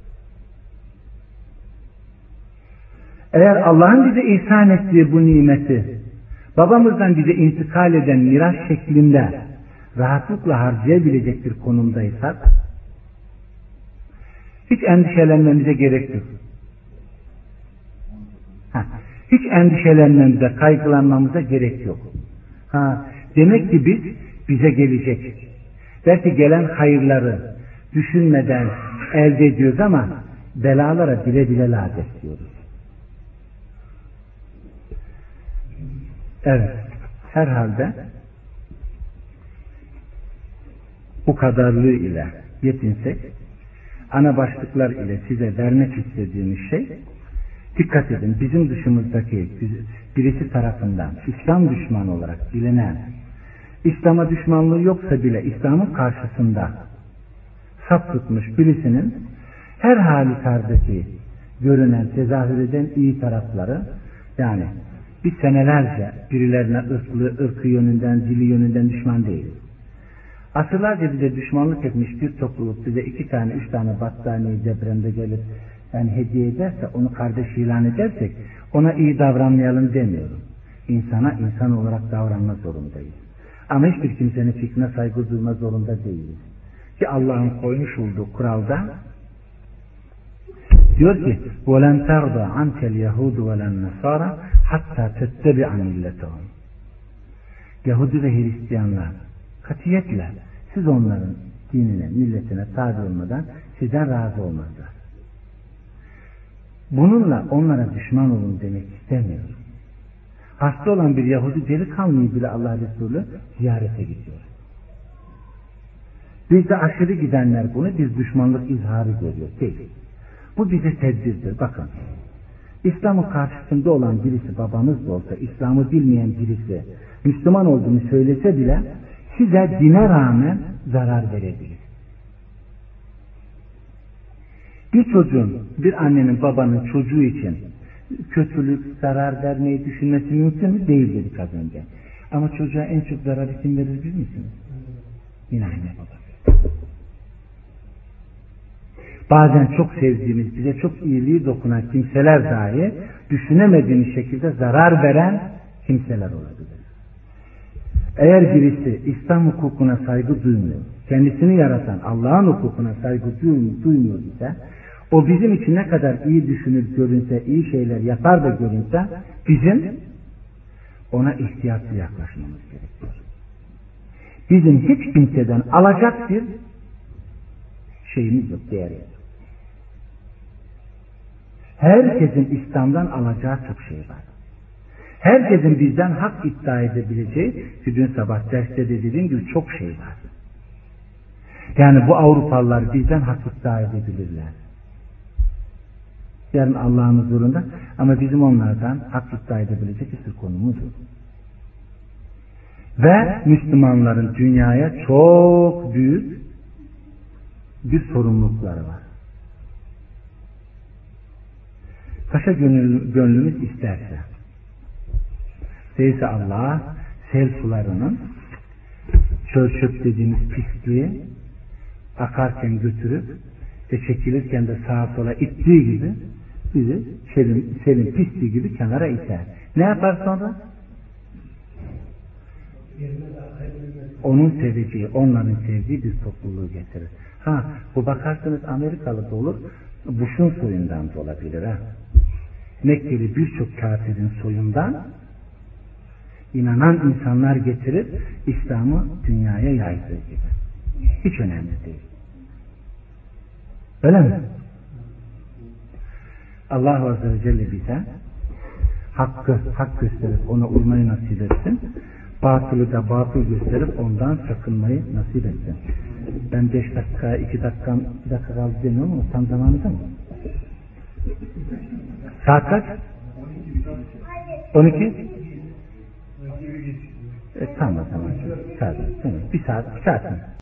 Eğer Allah'ın bize ihsan ettiği bu nimeti babamızdan bize intikal eden miras şeklinde rahatlıkla harcayabilecek bir konumdaysak hiç endişelenmemize gerek yok. Hiç endişelenmemize, kaygılanmamıza gerek yok. Demek ki bize gelecek. Belki gelen hayırları düşünmeden elde ediyoruz ama belalara bile bile lades diyoruz. Evet, herhalde bu kadarlığı ile yetinsek, ana başlıklar ile size vermek istediğimiz şey, dikkat edin, bizim dışımızdaki birisi tarafından İslam düşmanı olarak bilinen, İslam'a düşmanlığı yoksa bile İslam'ın karşısında saf tutmuş birisinin her halükarda görünen, tezahür eden iyi tarafları, yani biz senelerce birilerine ırkı yönünden, dili yönünden düşman değiliz. Asırlarca bize düşmanlık etmiş bir topluluk bize 2 tane, 3 tane battaniye depremde gelip hediye ederse, onu kardeş ilan edersek ona iyi davranmayalım demiyorum. İnsana insan olarak davranma zorundayız. Ama hiçbir kimsenin fikrine saygı duyma zorunda değiliz. Ki Allah'ın koymuş olduğu kuralda diyor ki وَلَنْ تَرْضَ عَنْكَ الْيَهُودُ وَلَنْ نَصَارَ hatta تَتَّبِعَ مِلَّتَهُمْ. Yahudi ve Hristiyanlar katiyetle siz onların dinine, milletine tabi olmadan sizden razı olmazlar. Bununla onlara düşman olun demek istemiyorum. Hasta olan bir Yahudi delikanlıyı bile Allah Resulü ziyarete gidiyor. Bizde aşırı gidenler bunu bir düşmanlık izharı görüyor. Değil. Bu bize tedbirdir. Bakın. İslam'ın karşısında olan birisi babanız da olsa, İslam'ı bilmeyen birisi Müslüman olduğunu söylese bile size dine rağmen zarar verebilir. Bir çocuğun, bir annenin, babanın çocuğu için kötülük, zarar vermeyi düşünmesi mümkün mü? Değil dedik az önce. Ama çocuğa en çok zararı kim verir biliyor musunuz? Yine anne baba. Bazen çok sevdiğimiz, bize çok iyiliği dokunan kimseler dahi düşünemediğimiz şekilde zarar veren kimseler olabilir. Eğer birisi İslam hukukuna saygı duymuyor, kendisini yaratan Allah'ın hukukuna saygı duymuyor ise, o bizim için ne kadar iyi düşünür görünse, iyi şeyler yapar da görünse, bizim ona ihtiyatlı yaklaşmamız gerekiyor. Bizim hiç kimseden alacak bir şeyimiz yok, değeri yok. Herkesin İslam'dan alacağı çok şey var. Herkesin bizden hak iddia edebileceği, ki dün sabah derste de dediğim gibi çok şey var. Yani bu Avrupalılar bizden hak iddia edebilirler. Yarın Allah'ın huzurunda, ama bizim onlardan hak iddia edebilecek bir konumuz yok. Ve Müslümanların dünyaya çok büyük bir sorumlulukları var. Paşa gönlümüz isterse, değilse Allah sel sularının çöl çöp dediğimiz pisliği akarken götürüp ve çekilirken de sağa sola ittiği gibi bizi selin pisliği gibi kenara iter. Ne yapar sonra? Onun seveceği, onların sevdiği bir topluluğu getirir. Bu bakarsanız Amerikalı da olur, Bush'un soyundan da olabilir. Mekkeli birçok kafirin soyundan inanan insanlar getirip İslam'ı dünyaya yaydığı gibi. Hiç önemli değil. Öyle mi? Allah Azze ve Celle bize hak gösterip ona uymayı nasip etsin. Batılı da batıl gösterip ondan sakınmayı nasip etsin. Ben 5 dakika, 2 dakika kaldı demiyorum ama tam zamanında mı? Saat kaç? 12? Tamam. Tamam. Bir saat mi?